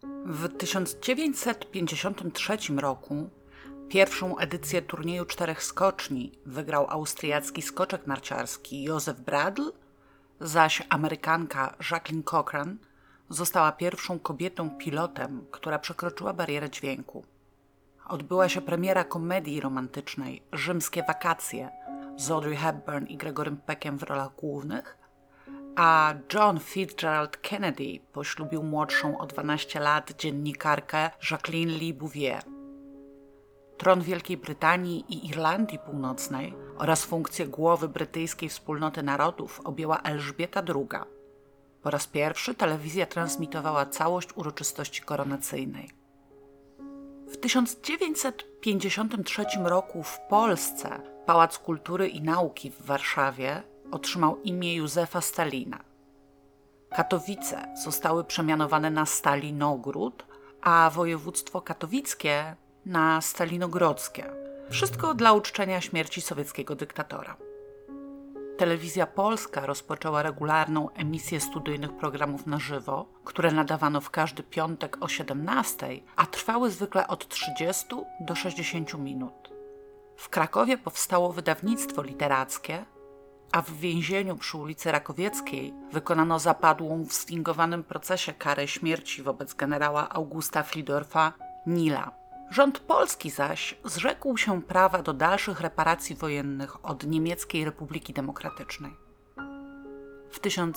W 1953 roku pierwszą edycję turnieju 4 skoczni wygrał austriacki skoczek narciarski Josef Bradl, zaś Amerykanka Jacqueline Cochran została pierwszą kobietą pilotem, która przekroczyła barierę dźwięku. Odbyła się premiera komedii romantycznej Rzymskie wakacje z Audrey Hepburn i Gregorym Peckiem w rolach głównych, a John Fitzgerald Kennedy poślubił młodszą o 12 lat dziennikarkę Jacqueline Lee Bouvier. Tron Wielkiej Brytanii i Irlandii Północnej oraz funkcję głowy brytyjskiej wspólnoty narodów objęła Elżbieta II. Po raz pierwszy telewizja transmitowała całość uroczystości koronacyjnej. W 1953 roku w Polsce Pałac Kultury i Nauki w Warszawie otrzymał imię Józefa Stalina. Katowice zostały przemianowane na Stalinogród, a województwo katowickie na Stalinogrodzkie. Wszystko dla uczczenia śmierci sowieckiego dyktatora. Telewizja Polska rozpoczęła regularną emisję studyjnych programów na żywo, które nadawano w każdy piątek o 17:00, a trwały zwykle od 30 do 60 minut. W Krakowie powstało wydawnictwo literackie, a w więzieniu przy ulicy Rakowieckiej wykonano zapadłą w sfingowanym procesie karę śmierci wobec generała Augusta Fridorfa Nila. Rząd polski zaś zrzekł się prawa do dalszych reparacji wojennych od Niemieckiej Republiki Demokratycznej. W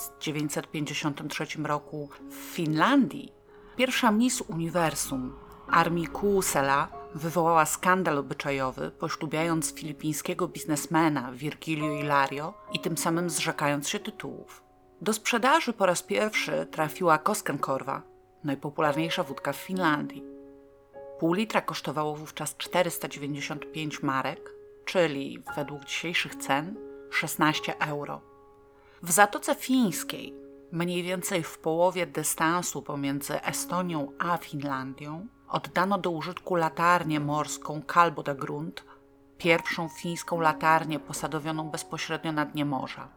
1953 roku w Finlandii pierwsza Miss Uniwersum Armi Kuusela wywołała skandal obyczajowy, poślubiając filipińskiego biznesmena Virgilio Hilario i tym samym zrzekając się tytułów. Do sprzedaży po raz pierwszy trafiła Koskenkorva, najpopularniejsza wódka w Finlandii. Pół litra kosztowało wówczas 495 marek, czyli według dzisiejszych cen 16 euro. W Zatoce Fińskiej, mniej więcej w połowie dystansu pomiędzy Estonią a Finlandią, oddano do użytku latarnię morską Kalbodagrund, pierwszą fińską latarnię posadowioną bezpośrednio na dnie morza.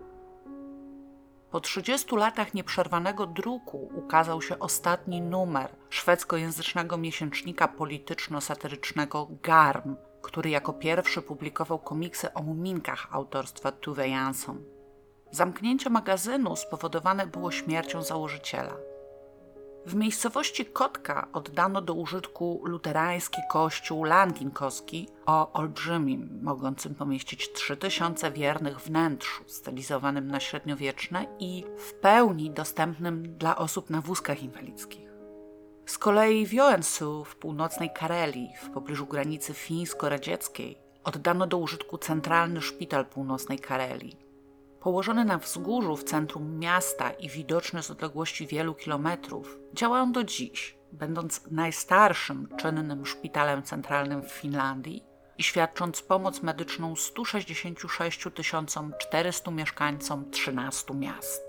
Po 30 latach nieprzerwanego druku ukazał się ostatni numer szwedzkojęzycznego miesięcznika polityczno-satyrycznego Garm, który jako pierwszy publikował komiksy o muminkach autorstwa Tove Jansson. Zamknięcie magazynu spowodowane było śmiercią założyciela. W miejscowości Kotka oddano do użytku luterański kościół Langinkowski o olbrzymim, mogącym pomieścić 3000 wiernych wnętrzu, stylizowanym na średniowieczne i w pełni dostępnym dla osób na wózkach inwalidzkich. Z kolei w Joensuu w północnej Karelii, w pobliżu granicy fińsko-radzieckiej, oddano do użytku centralny szpital północnej Karelii. Położony na wzgórzu w centrum miasta i widoczny z odległości wielu kilometrów, działa on do dziś, będąc najstarszym czynnym szpitalem centralnym w Finlandii i świadcząc pomoc medyczną 166 400 mieszkańcom 13 miast.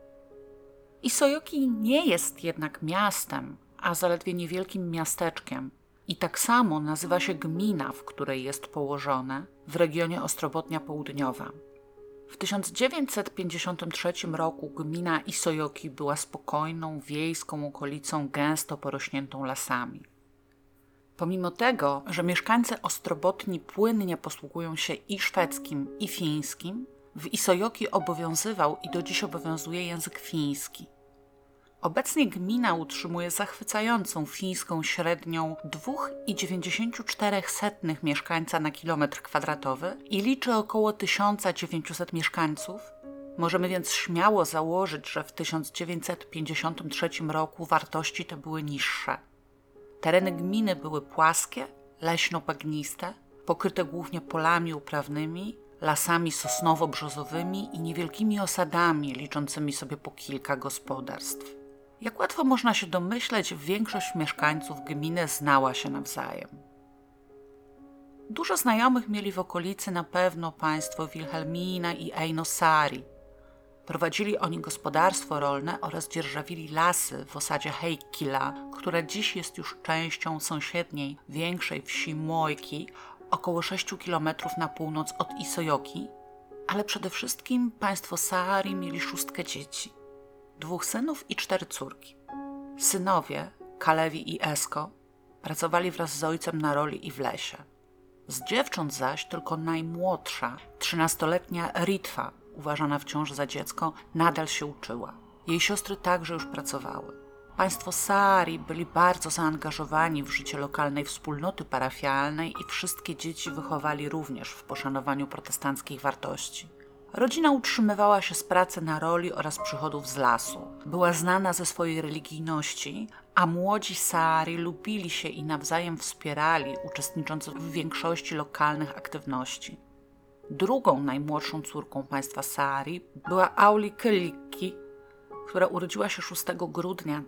Isojoki nie jest jednak miastem, a zaledwie niewielkim miasteczkiem i tak samo nazywa się gmina, w której jest położone, w regionie Ostrobotnia Południowa. W 1953 roku gmina Isojoki była spokojną, wiejską okolicą gęsto porośniętą lasami. Pomimo tego, że mieszkańcy Ostrobotni płynnie posługują się i szwedzkim, i fińskim, w Isojoki obowiązywał i do dziś obowiązuje język fiński. Obecnie gmina utrzymuje zachwycającą fińską średnią 2,94 mieszkańca na kilometr kwadratowy i liczy około 1900 mieszkańców. Możemy więc śmiało założyć, że w 1953 roku wartości te były niższe. Tereny gminy były płaskie, leśno-bagniste, pokryte głównie polami uprawnymi, lasami sosnowo-brzozowymi i niewielkimi osadami liczącymi sobie po kilka gospodarstw. Jak łatwo można się domyśleć, większość mieszkańców gminy znała się nawzajem. Dużo znajomych mieli w okolicy na pewno państwo Wilhelmina i Eino Saari. Prowadzili oni gospodarstwo rolne oraz dzierżawili lasy w osadzie Heikkila, która dziś jest już częścią sąsiedniej, większej wsi Moiki, około 6 km na północ od Isojoki, ale przede wszystkim państwo Saari mieli 6 dzieci. 2 synów i 4 córki. Synowie, Kalewi i Esko, pracowali wraz z ojcem na roli i w lesie. Z dziewcząt zaś tylko najmłodsza, 13-letnia Ritwa, uważana wciąż za dziecko, nadal się uczyła. Jej siostry także już pracowały. Państwo Saari byli bardzo zaangażowani w życie lokalnej wspólnoty parafialnej i wszystkie dzieci wychowali również w poszanowaniu protestanckich wartości. Rodzina utrzymywała się z pracy na roli oraz przychodów z lasu. Była znana ze swojej religijności, a młodzi Saari lubili się i nawzajem wspierali, uczestnicząc w większości lokalnych aktywności. Drugą najmłodszą córką państwa Saari była Auli Kylikki, która urodziła się 6 grudnia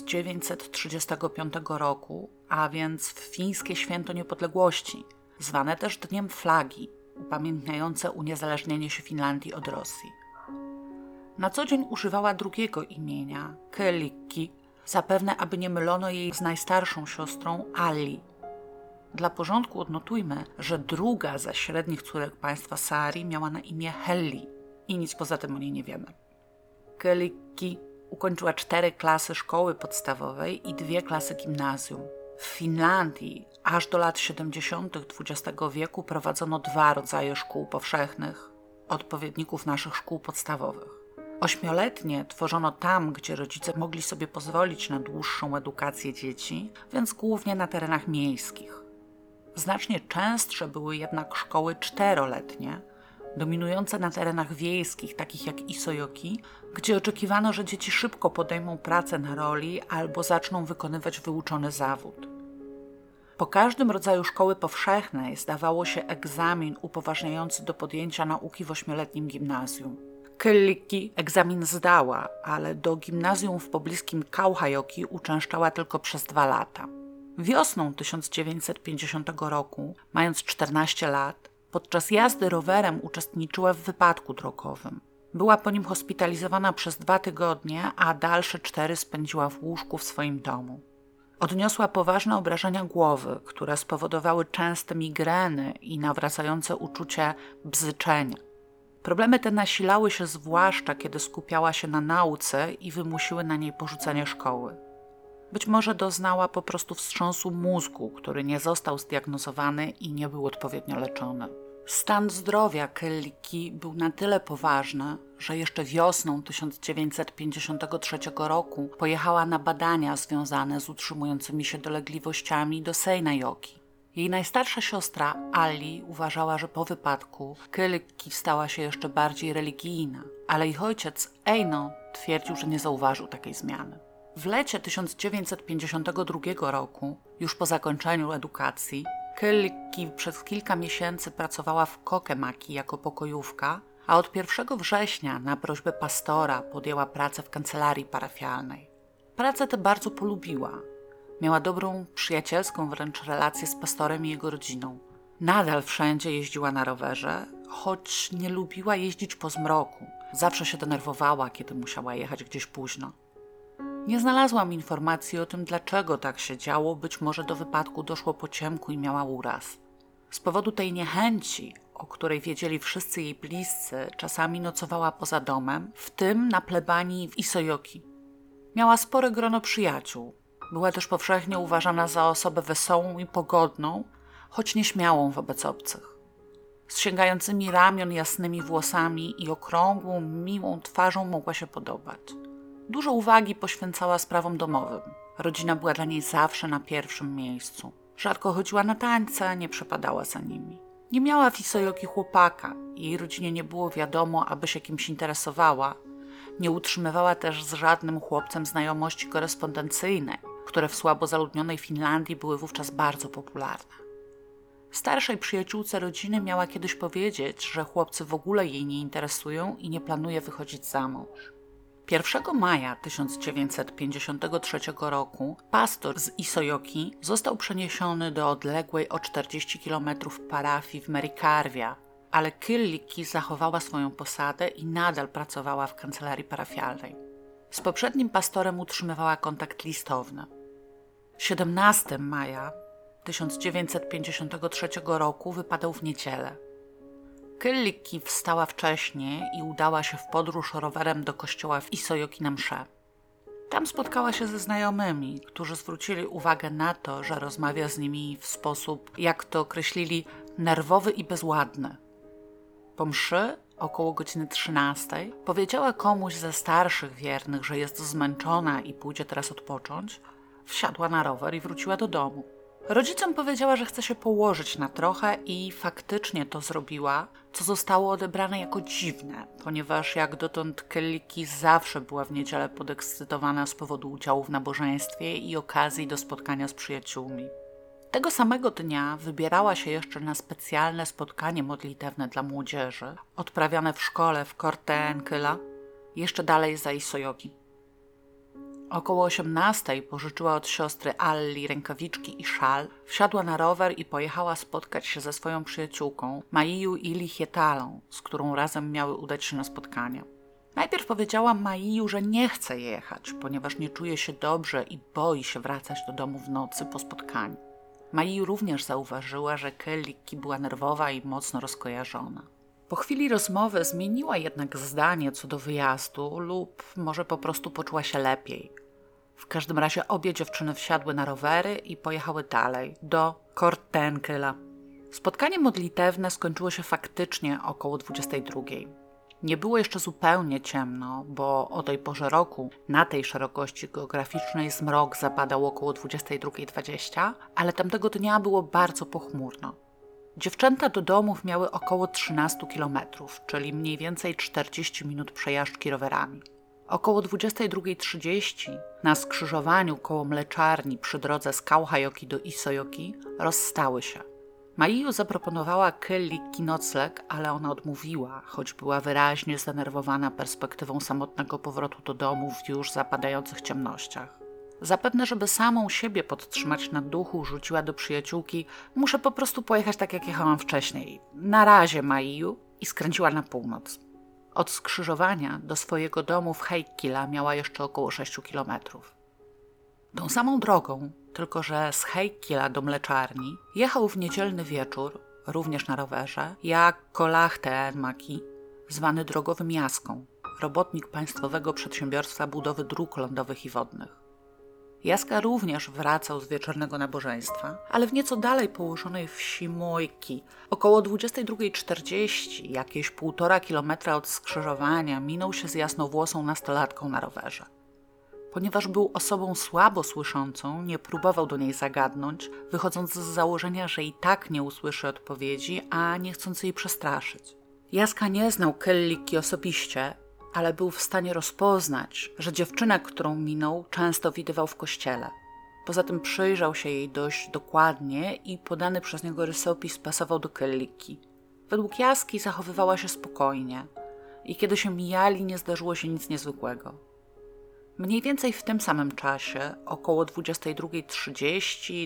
1935 roku, a więc w fińskie święto niepodległości, zwane też Dniem Flagi, upamiętniające uniezależnienie się Finlandii od Rosji. Na co dzień używała drugiego imienia, Kylikki, zapewne aby nie mylono jej z najstarszą siostrą Ali. Dla porządku odnotujmy, że druga ze średnich córek państwa Saari miała na imię Helli i nic poza tym o niej nie wiemy. Kylikki ukończyła 4 klasy szkoły podstawowej i 2 klasy gimnazjum. W Finlandii aż do lat 70. XX wieku prowadzono 2 rodzaje szkół powszechnych, odpowiedników naszych szkół podstawowych. 8-letnie tworzono tam, gdzie rodzice mogli sobie pozwolić na dłuższą edukację dzieci, więc głównie na terenach miejskich. Znacznie częstsze były jednak szkoły 4-letnie, dominujące na terenach wiejskich, takich jak Isojoki, gdzie oczekiwano, że dzieci szybko podejmą pracę na roli albo zaczną wykonywać wyuczony zawód. Po każdym rodzaju szkoły powszechnej zdawało się egzamin upoważniający do podjęcia nauki w 8-letnim gimnazjum. Kylikki egzamin zdała, ale do gimnazjum w pobliskim Kauhajoki uczęszczała tylko przez 2 lata. Wiosną 1950 roku, mając 14 lat, podczas jazdy rowerem uczestniczyła w wypadku drogowym. Była po nim hospitalizowana przez 2 tygodnie, a dalsze 4 spędziła w łóżku w swoim domu. Odniosła poważne obrażenia głowy, które spowodowały częste migreny i nawracające uczucie bzyczenia. Problemy te nasilały się zwłaszcza, kiedy skupiała się na nauce i wymusiły na niej porzucenie szkoły. Być może doznała po prostu wstrząsu mózgu, który nie został zdiagnozowany i nie był odpowiednio leczony. Stan zdrowia Kylikki był na tyle poważny, że jeszcze wiosną 1953 roku pojechała na badania związane z utrzymującymi się dolegliwościami do Seinäjoki. Jej najstarsza siostra Ali uważała, że po wypadku Kylikki stała się jeszcze bardziej religijna, ale ich ojciec Eino twierdził, że nie zauważył takiej zmiany. W lecie 1952 roku, już po zakończeniu edukacji, Kylikki przez kilka miesięcy pracowała w Kokemaki jako pokojówka, a od 1 września na prośbę pastora podjęła pracę w kancelarii parafialnej. Pracę tę bardzo polubiła. Miała dobrą, przyjacielską wręcz relację z pastorem i jego rodziną. Nadal wszędzie jeździła na rowerze, choć nie lubiła jeździć po zmroku. Zawsze się denerwowała, kiedy musiała jechać gdzieś późno. Nie znalazłam informacji o tym, dlaczego tak się działo, być może do wypadku doszło po ciemku i miała uraz. Z powodu tej niechęci, o której wiedzieli wszyscy jej bliscy, czasami nocowała poza domem, w tym na plebanii w Isojoki. Miała spore grono przyjaciół. Była też powszechnie uważana za osobę wesołą i pogodną, choć nieśmiałą wobec obcych. Z sięgającymi ramion jasnymi włosami i okrągłą, miłą twarzą mogła się podobać. Dużo uwagi poświęcała sprawom domowym. Rodzina była dla niej zawsze na pierwszym miejscu. Rzadko chodziła na tańce, nie przepadała za nimi. Nie miała w Isojoki chłopaka. Jej rodzinie nie było wiadomo, aby się kimś interesowała. Nie utrzymywała też z żadnym chłopcem znajomości korespondencyjnej, które w słabo zaludnionej Finlandii były wówczas bardzo popularne. Starszej przyjaciółce rodziny miała kiedyś powiedzieć, że chłopcy w ogóle jej nie interesują i nie planuje wychodzić za mąż. 1 maja 1953 roku pastor z Isojoki został przeniesiony do odległej o 40 km parafii w Merikarvia, ale Kylikki zachowała swoją posadę i nadal pracowała w kancelarii parafialnej. Z poprzednim pastorem utrzymywała kontakt listowny. 17 maja 1953 roku wypadał w niedzielę. Kylikki wstała wcześniej i udała się w podróż rowerem do kościoła w Isojoki na mszę. Tam spotkała się ze znajomymi, którzy zwrócili uwagę na to, że rozmawia z nimi w sposób, jak to określili, nerwowy i bezładny. Po mszy, około godziny 13, powiedziała komuś ze starszych wiernych, że jest zmęczona i pójdzie teraz odpocząć. Wsiadła na rower i wróciła do domu. Rodzicom powiedziała, że chce się położyć na trochę i faktycznie to zrobiła, co zostało odebrane jako dziwne, ponieważ jak dotąd Kelliki zawsze była w niedzielę podekscytowana z powodu udziału w nabożeństwie i okazji do spotkania z przyjaciółmi. Tego samego dnia wybierała się jeszcze na specjalne spotkanie modlitewne dla młodzieży, odprawiane w szkole w Korteenkyla, jeszcze dalej za Isojoki. Około 18 pożyczyła od siostry Alli rękawiczki i szal, wsiadła na rower i pojechała spotkać się ze swoją przyjaciółką Maiju Ilihietalą, z którą razem miały udać się na spotkanie. Najpierw powiedziała Maiju, że nie chce jechać, ponieważ nie czuje się dobrze i boi się wracać do domu w nocy po spotkaniu. Maiju również zauważyła, że Kelliki była nerwowa i mocno rozkojarzona. Po chwili rozmowy zmieniła jednak zdanie co do wyjazdu lub może po prostu poczuła się lepiej. W każdym razie obie dziewczyny wsiadły na rowery i pojechały dalej, do Korteenkyla. Spotkanie modlitewne skończyło się faktycznie około 22. Nie było jeszcze zupełnie ciemno, bo o tej porze roku na tej szerokości geograficznej zmrok zapadał około 22:20, ale tamtego dnia było bardzo pochmurno. Dziewczęta do domów miały około 13 kilometrów, czyli mniej więcej 40 minut przejażdżki rowerami. Około 22:30 na skrzyżowaniu koło mleczarni przy drodze z Kauhajoki do Isojoki rozstały się. Maiju zaproponowała Kelliki nocleg, ale ona odmówiła, choć była wyraźnie zdenerwowana perspektywą samotnego powrotu do domu w już zapadających ciemnościach. Zapewne, żeby samą siebie podtrzymać na duchu, rzuciła do przyjaciółki: muszę po prostu pojechać tak, jak jechałam wcześniej. Na razie, Maiju, i skręciła na północ. Od skrzyżowania do swojego domu w Heikkila miała jeszcze około 6 kilometrów. Tą samą drogą, tylko że z Heikkila do mleczarni, jechał w niedzielny wieczór, również na rowerze, jak Kolahteen-Maki, zwany drogowym Jaską, robotnik Państwowego Przedsiębiorstwa Budowy Dróg Lądowych i Wodnych. Jaska również wracał z wieczornego nabożeństwa, ale w nieco dalej położonej wsi Mojki, około 22:40, jakieś 1,5 kilometra od skrzyżowania, minął się z jasnowłosą nastolatką na rowerze. Ponieważ był osobą słabo słyszącą, nie próbował do niej zagadnąć, wychodząc z założenia, że i tak nie usłyszy odpowiedzi, a nie chcąc jej przestraszyć. Jaska nie znał Kelliki osobiście, ale był w stanie rozpoznać, że dziewczynę, którą minął, często widywał w kościele. Poza tym przyjrzał się jej dość dokładnie i podany przez niego rysopis pasował do Kelliki. Według Jaski zachowywała się spokojnie i kiedy się mijali, nie zdarzyło się nic niezwykłego. Mniej więcej w tym samym czasie, około 22:30 i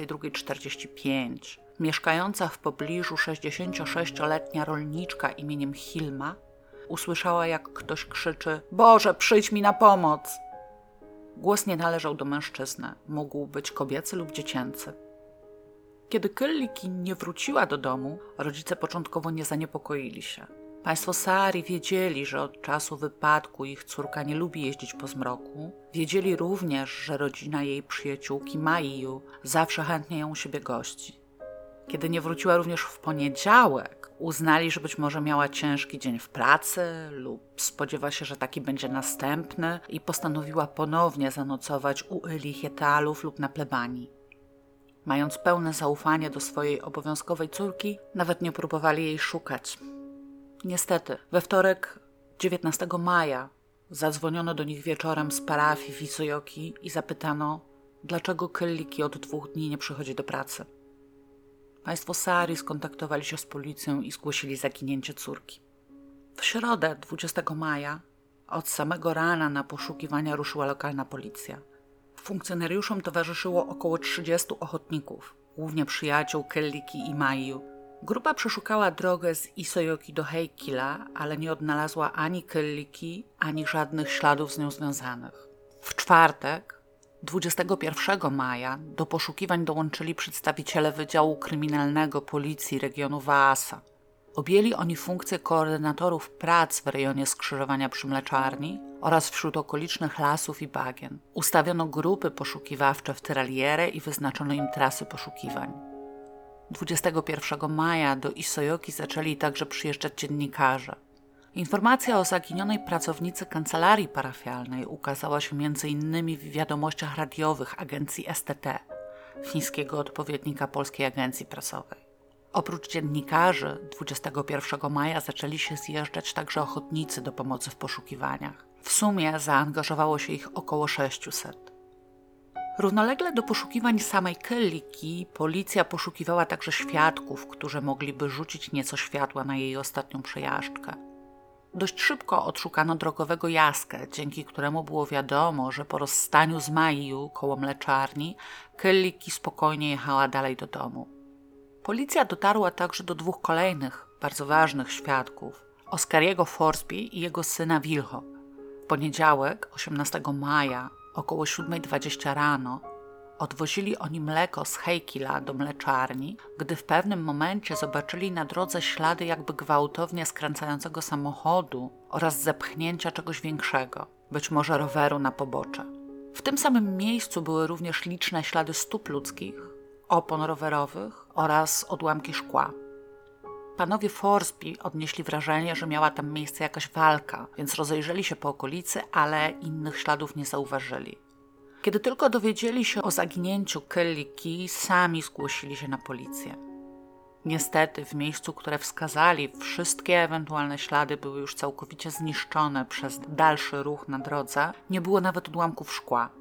22:45, mieszkająca w pobliżu 66-letnia rolniczka imieniem Hilma usłyszała, jak ktoś krzyczy: Boże, przyjdź mi na pomoc! Głos nie należał do mężczyzny, mógł być kobiecy lub dziecięcy. Kiedy Kelliki nie wróciła do domu, rodzice początkowo nie zaniepokoili się. Państwo Saari wiedzieli, że od czasu wypadku ich córka nie lubi jeździć po zmroku. Wiedzieli również, że rodzina jej przyjaciółki Maiju zawsze chętnie ją u siebie gości. Kiedy nie wróciła również w poniedziałek, uznali, że być może miała ciężki dzień w pracy lub spodziewa się, że taki będzie następny i postanowiła ponownie zanocować u Ilihietalów lub na plebanii. Mając pełne zaufanie do swojej obowiązkowej córki, nawet nie próbowali jej szukać. Niestety, we wtorek 19 maja zadzwoniono do nich wieczorem z parafii w Isojoki i zapytano, dlaczego Kelliki od 2 dni nie przychodzi do pracy. Państwo Saari skontaktowali się z policją i zgłosili zaginięcie córki. W środę 20 maja od samego rana na poszukiwania ruszyła lokalna policja. Funkcjonariuszom towarzyszyło około 30 ochotników, głównie przyjaciół Kelliki i Maiju. Grupa przeszukała drogę z Isojoki do Heikkila, ale nie odnalazła ani Kelliki, ani żadnych śladów z nią związanych. W czwartek, 21 maja, do poszukiwań dołączyli przedstawiciele Wydziału Kryminalnego Policji regionu Vaasa. Objęli oni funkcję koordynatorów prac w rejonie skrzyżowania przy mleczarni oraz wśród okolicznych lasów i bagien. Ustawiono grupy poszukiwawcze w tyralierę i wyznaczono im trasy poszukiwań. 21 maja do Isojoki zaczęli także przyjeżdżać dziennikarze. Informacja o zaginionej pracownicy kancelarii parafialnej ukazała się m.in. w wiadomościach radiowych agencji STT, fińskiego odpowiednika Polskiej Agencji Prasowej. Oprócz dziennikarzy 21 maja zaczęli się zjeżdżać także ochotnicy do pomocy w poszukiwaniach. W sumie zaangażowało się ich około 600. Równolegle do poszukiwań samej Kylliki policja poszukiwała także świadków, którzy mogliby rzucić nieco światła na jej ostatnią przejażdżkę. Dość szybko odszukano drogowego Jaskę, dzięki któremu było wiadomo, że po rozstaniu z Maiju koło mleczarni Kylliki spokojnie jechała dalej do domu. Policja dotarła także do dwóch kolejnych, bardzo ważnych świadków, Oskariego Forsby i jego syna Wilho. W poniedziałek, 18 maja, około 7:20 rano, odwozili oni mleko z Heikila do mleczarni, gdy w pewnym momencie zobaczyli na drodze ślady jakby gwałtownie skręcającego samochodu oraz zepchnięcia czegoś większego, być może roweru na pobocze. W tym samym miejscu były również liczne ślady stóp ludzkich, opon rowerowych oraz odłamki szkła. Panowie Forsby odnieśli wrażenie, że miała tam miejsce jakaś walka, więc rozejrzeli się po okolicy, ale innych śladów nie zauważyli. Kiedy tylko dowiedzieli się o zaginięciu Kylliki, sami zgłosili się na policję. Niestety w miejscu, które wskazali, wszystkie ewentualne ślady były już całkowicie zniszczone przez dalszy ruch na drodze, nie było nawet odłamków szkła.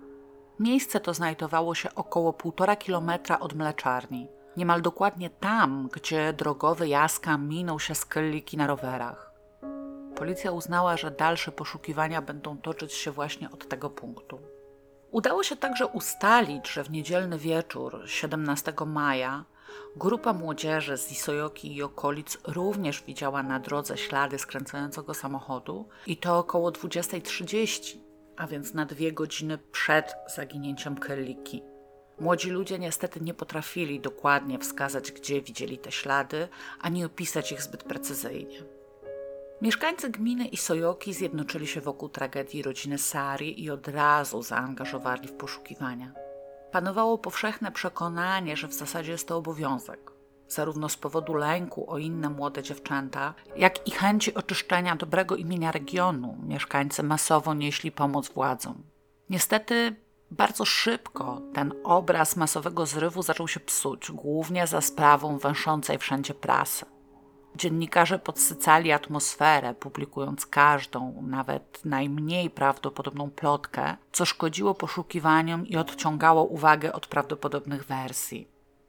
Miejsce to znajdowało się około 1,5 kilometra od mleczarni, niemal dokładnie tam, gdzie drogowy Jaska minął się z Kylliki na rowerach. Policja uznała, że dalsze poszukiwania będą toczyć się właśnie od tego punktu. Udało się także ustalić, że w niedzielny wieczór, 17 maja, grupa młodzieży z Isojoki i okolic również widziała na drodze ślady skręcającego samochodu i to około 20:30, a więc na 2 godziny przed zaginięciem Kylliki. Młodzi ludzie niestety nie potrafili dokładnie wskazać, gdzie widzieli te ślady, ani opisać ich zbyt precyzyjnie. Mieszkańcy gminy Isojoki zjednoczyli się wokół tragedii rodziny Sari i od razu zaangażowali w poszukiwania. Panowało powszechne przekonanie, że w zasadzie jest to obowiązek, zarówno z powodu lęku o inne młode dziewczęta, jak i chęci oczyszczenia dobrego imienia regionu. Mieszkańcy masowo nieśli pomoc władzom. Niestety bardzo szybko ten obraz masowego zrywu zaczął się psuć, głównie za sprawą węszącej wszędzie prasy. Dziennikarze podsycali atmosferę, publikując każdą, nawet najmniej prawdopodobną plotkę, co szkodziło poszukiwaniom i odciągało uwagę od prawdopodobnych wersji.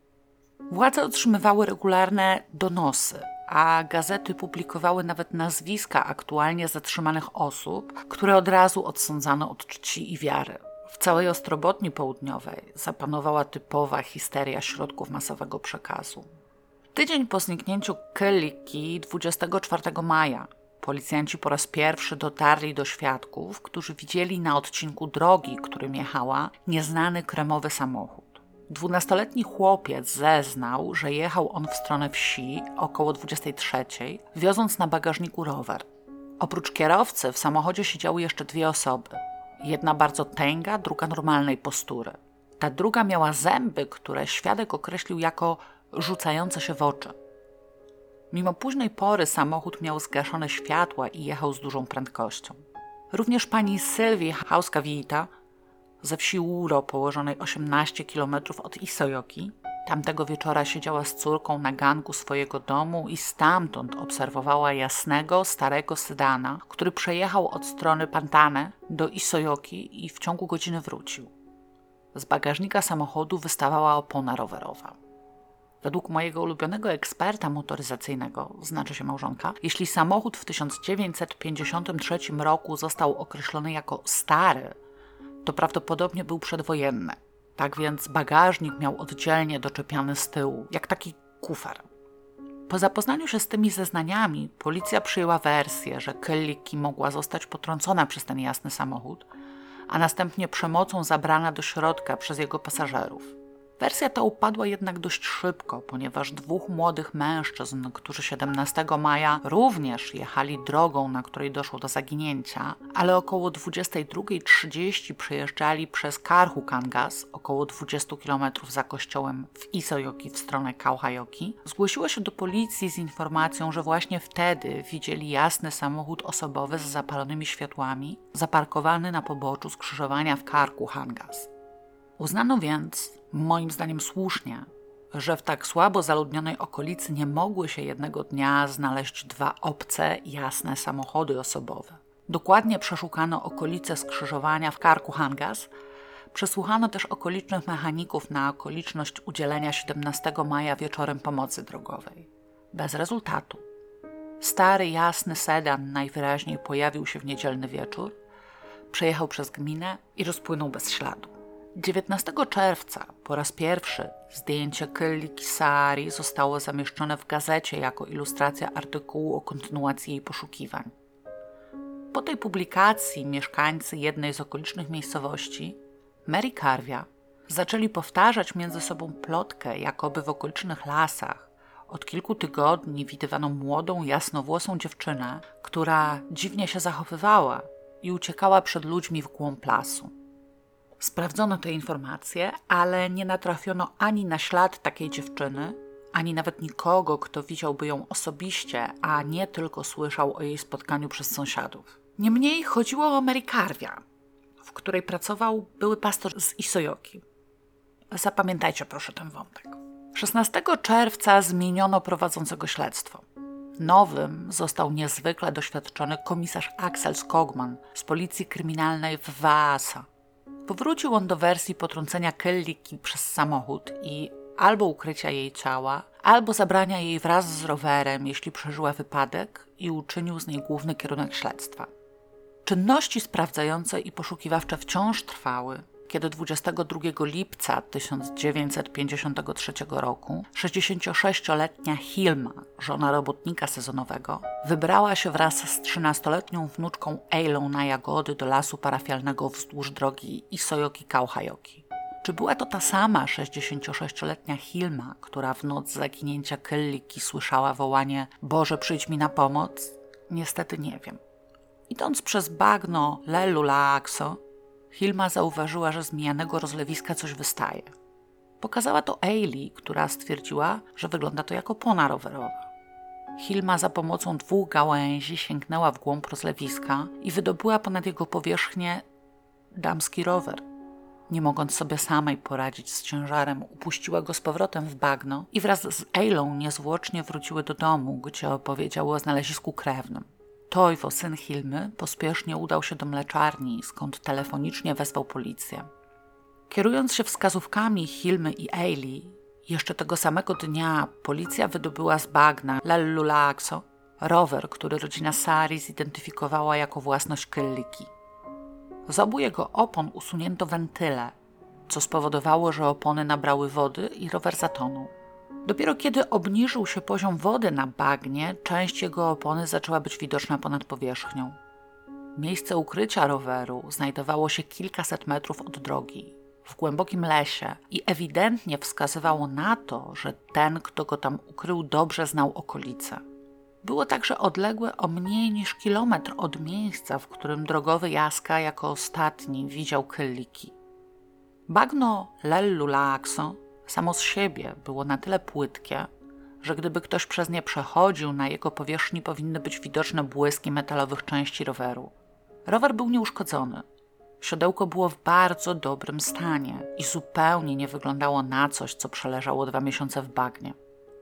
Władze otrzymywały regularne donosy, a gazety publikowały nawet nazwiska aktualnie zatrzymanych osób, które od razu odsądzano od czci i wiary. W całej Ostrobotni Południowej zapanowała typowa histeria środków masowego przekazu. Tydzień po zniknięciu Kylliki, 24 maja, policjanci po raz pierwszy dotarli do świadków, którzy widzieli na odcinku drogi, którym jechała, nieznany kremowy samochód. 12-letni chłopiec zeznał, że jechał on w stronę wsi około 23, wioząc na bagażniku rower. Oprócz kierowcy w samochodzie siedziały jeszcze 2 osoby. Jedna bardzo tęga, druga normalnej postury. Ta druga miała zęby, które świadek określił jako rzucające się w oczy. Mimo późnej pory samochód miał zgaszone światła i jechał z dużą prędkością. Również pani Sylwii Hauska-Wiita ze wsi Łuro, położonej 18 km od Isojoki, tamtego wieczora siedziała z córką na ganku swojego domu i stamtąd obserwowała jasnego, starego sedana, który przejechał od strony Pantane do Isojoki i w ciągu godziny wrócił. Z bagażnika samochodu wystawała opona rowerowa. Według mojego ulubionego eksperta motoryzacyjnego, znaczy się małżonka, jeśli samochód w 1953 roku został określony jako stary, to prawdopodobnie był przedwojenny. Tak więc bagażnik miał oddzielnie doczepiany z tyłu, jak taki kufer. Po zapoznaniu się z tymi zeznaniami, policja przyjęła wersję, że Kylliki mogła zostać potrącona przez ten jasny samochód, a następnie przemocą zabrana do środka przez jego pasażerów. Wersja ta upadła jednak dość szybko, ponieważ dwóch młodych mężczyzn, którzy 17 maja również jechali drogą, na której doszło do zaginięcia, ale około 22:30 przejeżdżali przez Karhukangas, około 20 km za kościołem w Isojoki w stronę Kauhajoki, zgłosiło się do policji z informacją, że właśnie wtedy widzieli jasny samochód osobowy z zapalonymi światłami, zaparkowany na poboczu skrzyżowania w Karhukangas. Uznano więc, moim zdaniem słusznie, że w tak słabo zaludnionej okolicy nie mogły się jednego dnia znaleźć dwa obce, jasne samochody osobowe. Dokładnie przeszukano okolice skrzyżowania w Karhukangas, przesłuchano też okolicznych mechaników na okoliczność udzielenia 17 maja wieczorem pomocy drogowej. Bez rezultatu. Stary, jasny sedan najwyraźniej pojawił się w niedzielny wieczór, przejechał przez gminę i rozpłynął bez śladu. 19 czerwca po raz pierwszy zdjęcie Kylliki Saari zostało zamieszczone w gazecie jako ilustracja artykułu o kontynuacji jej poszukiwań. Po tej publikacji mieszkańcy jednej z okolicznych miejscowości, Mary Karwia, zaczęli powtarzać między sobą plotkę, jakoby w okolicznych lasach od kilku tygodni widywano młodą, jasnowłosą dziewczynę, która dziwnie się zachowywała i uciekała przed ludźmi w głąb lasu. Sprawdzono te informacje, ale nie natrafiono ani na ślad takiej dziewczyny, ani nawet nikogo, kto widziałby ją osobiście, a nie tylko słyszał o jej spotkaniu przez sąsiadów. Niemniej chodziło o Mary Karwia, w której pracował były pastor z Isojoki. Zapamiętajcie proszę ten wątek. 16 czerwca zmieniono prowadzącego śledztwo. Nowym został niezwykle doświadczony komisarz Axel Skogman z policji kryminalnej w Vaasa. Powrócił on do wersji potrącenia Kylliki przez samochód i albo ukrycia jej ciała, albo zabrania jej wraz z rowerem, jeśli przeżyła wypadek, i uczynił z niej główny kierunek śledztwa. Czynności sprawdzające i poszukiwawcze wciąż trwały, kiedy 22 lipca 1953 roku 66-letnia Hilma, żona robotnika sezonowego, wybrała się wraz z 13-letnią wnuczką Eilą na jagody do lasu parafialnego wzdłuż drogi Isojoki-Kauhajoki. Czy była to ta sama 66-letnia Hilma, która w noc zaginięcia Kylliki słyszała wołanie „Boże, przyjdź mi na pomoc”? Niestety nie wiem. Idąc przez bagno Lellulaakso, Hilma zauważyła, że z mijanego rozlewiska coś wystaje. Pokazała to Eili, która stwierdziła, że wygląda to jak opona rowerowa. Hilma za pomocą 2 gałęzi sięgnęła w głąb rozlewiska i wydobyła ponad jego powierzchnię damski rower. Nie mogąc sobie samej poradzić z ciężarem, upuściła go z powrotem w bagno i wraz z Eilą niezwłocznie wróciły do domu, gdzie opowiedziały o znalezisku krewnym. Toivo, syn Hilmy, pospiesznie udał się do mleczarni, skąd telefonicznie wezwał policję. Kierując się wskazówkami Hilmy i Eili, jeszcze tego samego dnia policja wydobyła z bagna Lellulaakso rower, który rodzina Saari zidentyfikowała jako własność Kylliki. Z obu jego opon usunięto wentyle, co spowodowało, że opony nabrały wody i rower zatonął. Dopiero kiedy obniżył się poziom wody na bagnie, część jego opony zaczęła być widoczna ponad powierzchnią. Miejsce ukrycia roweru znajdowało się kilkaset metrów od drogi, w głębokim lesie i ewidentnie wskazywało na to, że ten, kto go tam ukrył, dobrze znał okolice. Było także odległe o mniej niż kilometr od miejsca, w którym drogowy Jaska jako ostatni widział Kylliki. Bagno Lellulaakso samo z siebie było na tyle płytkie, że gdyby ktoś przez nie przechodził, na jego powierzchni powinny być widoczne błyski metalowych części roweru. Rower był nieuszkodzony. Siodełko było w bardzo dobrym stanie i zupełnie nie wyglądało na coś, co przeleżało 2 miesiące w bagnie.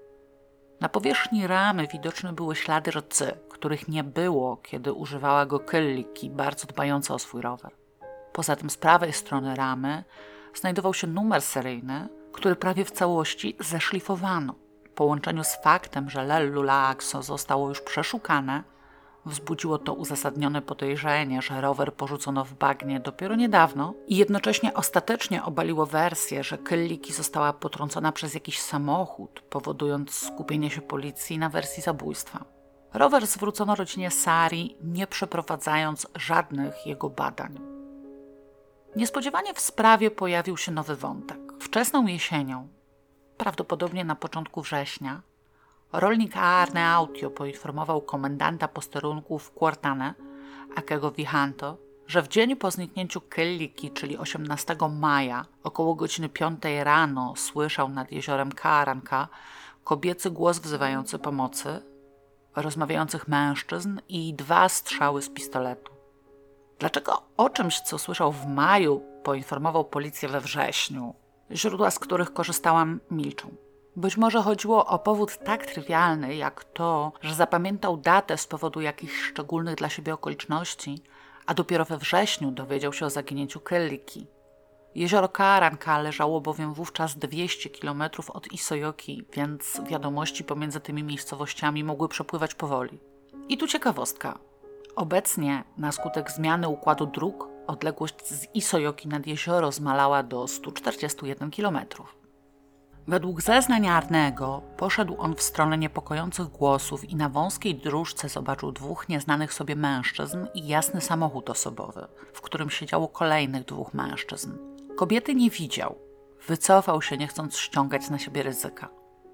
Na powierzchni ramy widoczne były ślady rdzy, których nie było, kiedy używała go Kylliki, bardzo dbająca o swój rower. Poza tym z prawej strony ramy znajdował się numer seryjny, który prawie w całości zeszlifowano. W połączeniu z faktem, że Lellulaakso zostało już przeszukane, wzbudziło to uzasadnione podejrzenie, że rower porzucono w bagnie dopiero niedawno i jednocześnie ostatecznie obaliło wersję, że Kylliki została potrącona przez jakiś samochód, powodując skupienie się policji na wersji zabójstwa. Rower zwrócono rodzinie Saari, nie przeprowadzając żadnych jego badań. Niespodziewanie w sprawie pojawił się nowy wątek. Wczesną jesienią, prawdopodobnie na początku września, rolnik Arne Autio poinformował komendanta posterunku w Quartane, Akego Vihanto, że w dzień po zniknięciu Kelliki, czyli 18 maja, około godziny 5 rano, słyszał nad jeziorem Karanka kobiecy głos wzywający pomocy, rozmawiających mężczyzn i 2 strzały z pistoletu. Dlaczego o czymś, co słyszał w maju, poinformował policję we wrześniu? Źródła, z których korzystałam, milczą. Być może chodziło o powód tak trywialny, jak to, że zapamiętał datę z powodu jakichś szczególnych dla siebie okoliczności, a dopiero we wrześniu dowiedział się o zaginięciu Kelliki. Jezioro Karanka leżało bowiem wówczas 200 km od Isojoki, więc wiadomości pomiędzy tymi miejscowościami mogły przepływać powoli. I tu ciekawostka. Obecnie, na skutek zmiany układu dróg, odległość z Isojoki nad jezioro zmalała do 141 km. Według zeznań Arnego poszedł on w stronę niepokojących głosów i na wąskiej dróżce zobaczył 2 nieznanych sobie mężczyzn i jasny samochód osobowy, w którym siedziało kolejnych 2 mężczyzn. Kobiety nie widział. Wycofał się, nie chcąc ściągać na siebie ryzyka.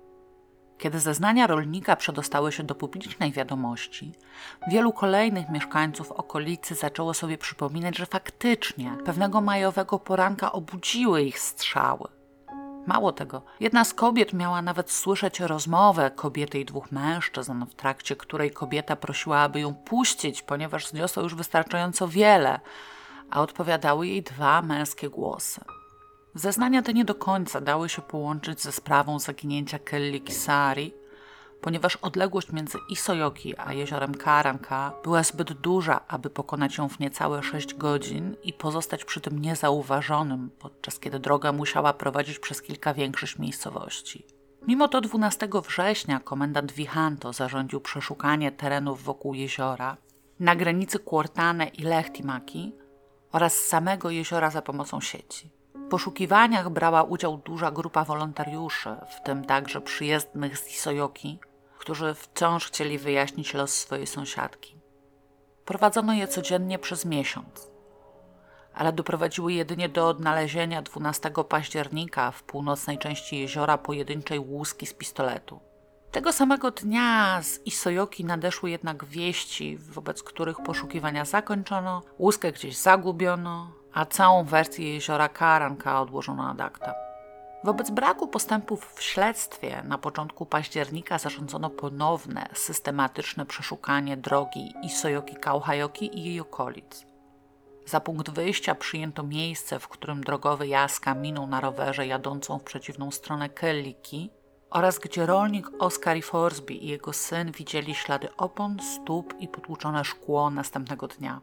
Kiedy zeznania rolnika przedostały się do publicznej wiadomości, wielu kolejnych mieszkańców okolicy zaczęło sobie przypominać, że faktycznie pewnego majowego poranka obudziły ich strzały. Mało tego, jedna z kobiet miała nawet słyszeć rozmowę kobiety i 2 mężczyzn, w trakcie której kobieta prosiła, aby ją puścić, ponieważ zniosła już wystarczająco wiele, a odpowiadały jej 2 męskie głosy. Zeznania te nie do końca dały się połączyć ze sprawą zaginięcia Kelliki Sari, ponieważ odległość między Isojoki a jeziorem Karanka była zbyt duża, aby pokonać ją w niecałe 6 godzin i pozostać przy tym niezauważonym, podczas kiedy droga musiała prowadzić przez kilka większych miejscowości. Mimo to 12 września komendant Vihanto zarządził przeszukanie terenów wokół jeziora, na granicy Quartane i Lehtimaki oraz samego jeziora za pomocą sieci. W poszukiwaniach brała udział duża grupa wolontariuszy, w tym także przyjezdnych z Isojoki, którzy wciąż chcieli wyjaśnić los swojej sąsiadki. Prowadzono je codziennie przez miesiąc, ale doprowadziły jedynie do odnalezienia 12 października w północnej części jeziora pojedynczej łuski z pistoletu. Tego samego dnia z Isojoki nadeszły jednak wieści, wobec których poszukiwania zakończono, łuskę gdzieś zagubiono, a całą wersję jeziora Karanka odłożono ad acta. Wobec braku postępów w śledztwie na początku października zarządzono ponowne, systematyczne przeszukanie drogi Isojoki-Kauhajoki i jej okolic. Za punkt wyjścia przyjęto miejsce, w którym drogowy Jaska minął na rowerze jadącą w przeciwną stronę Kelliki oraz gdzie rolnik Oskar Forsby i jego syn widzieli ślady opon, stóp i potłuczone szkło następnego dnia.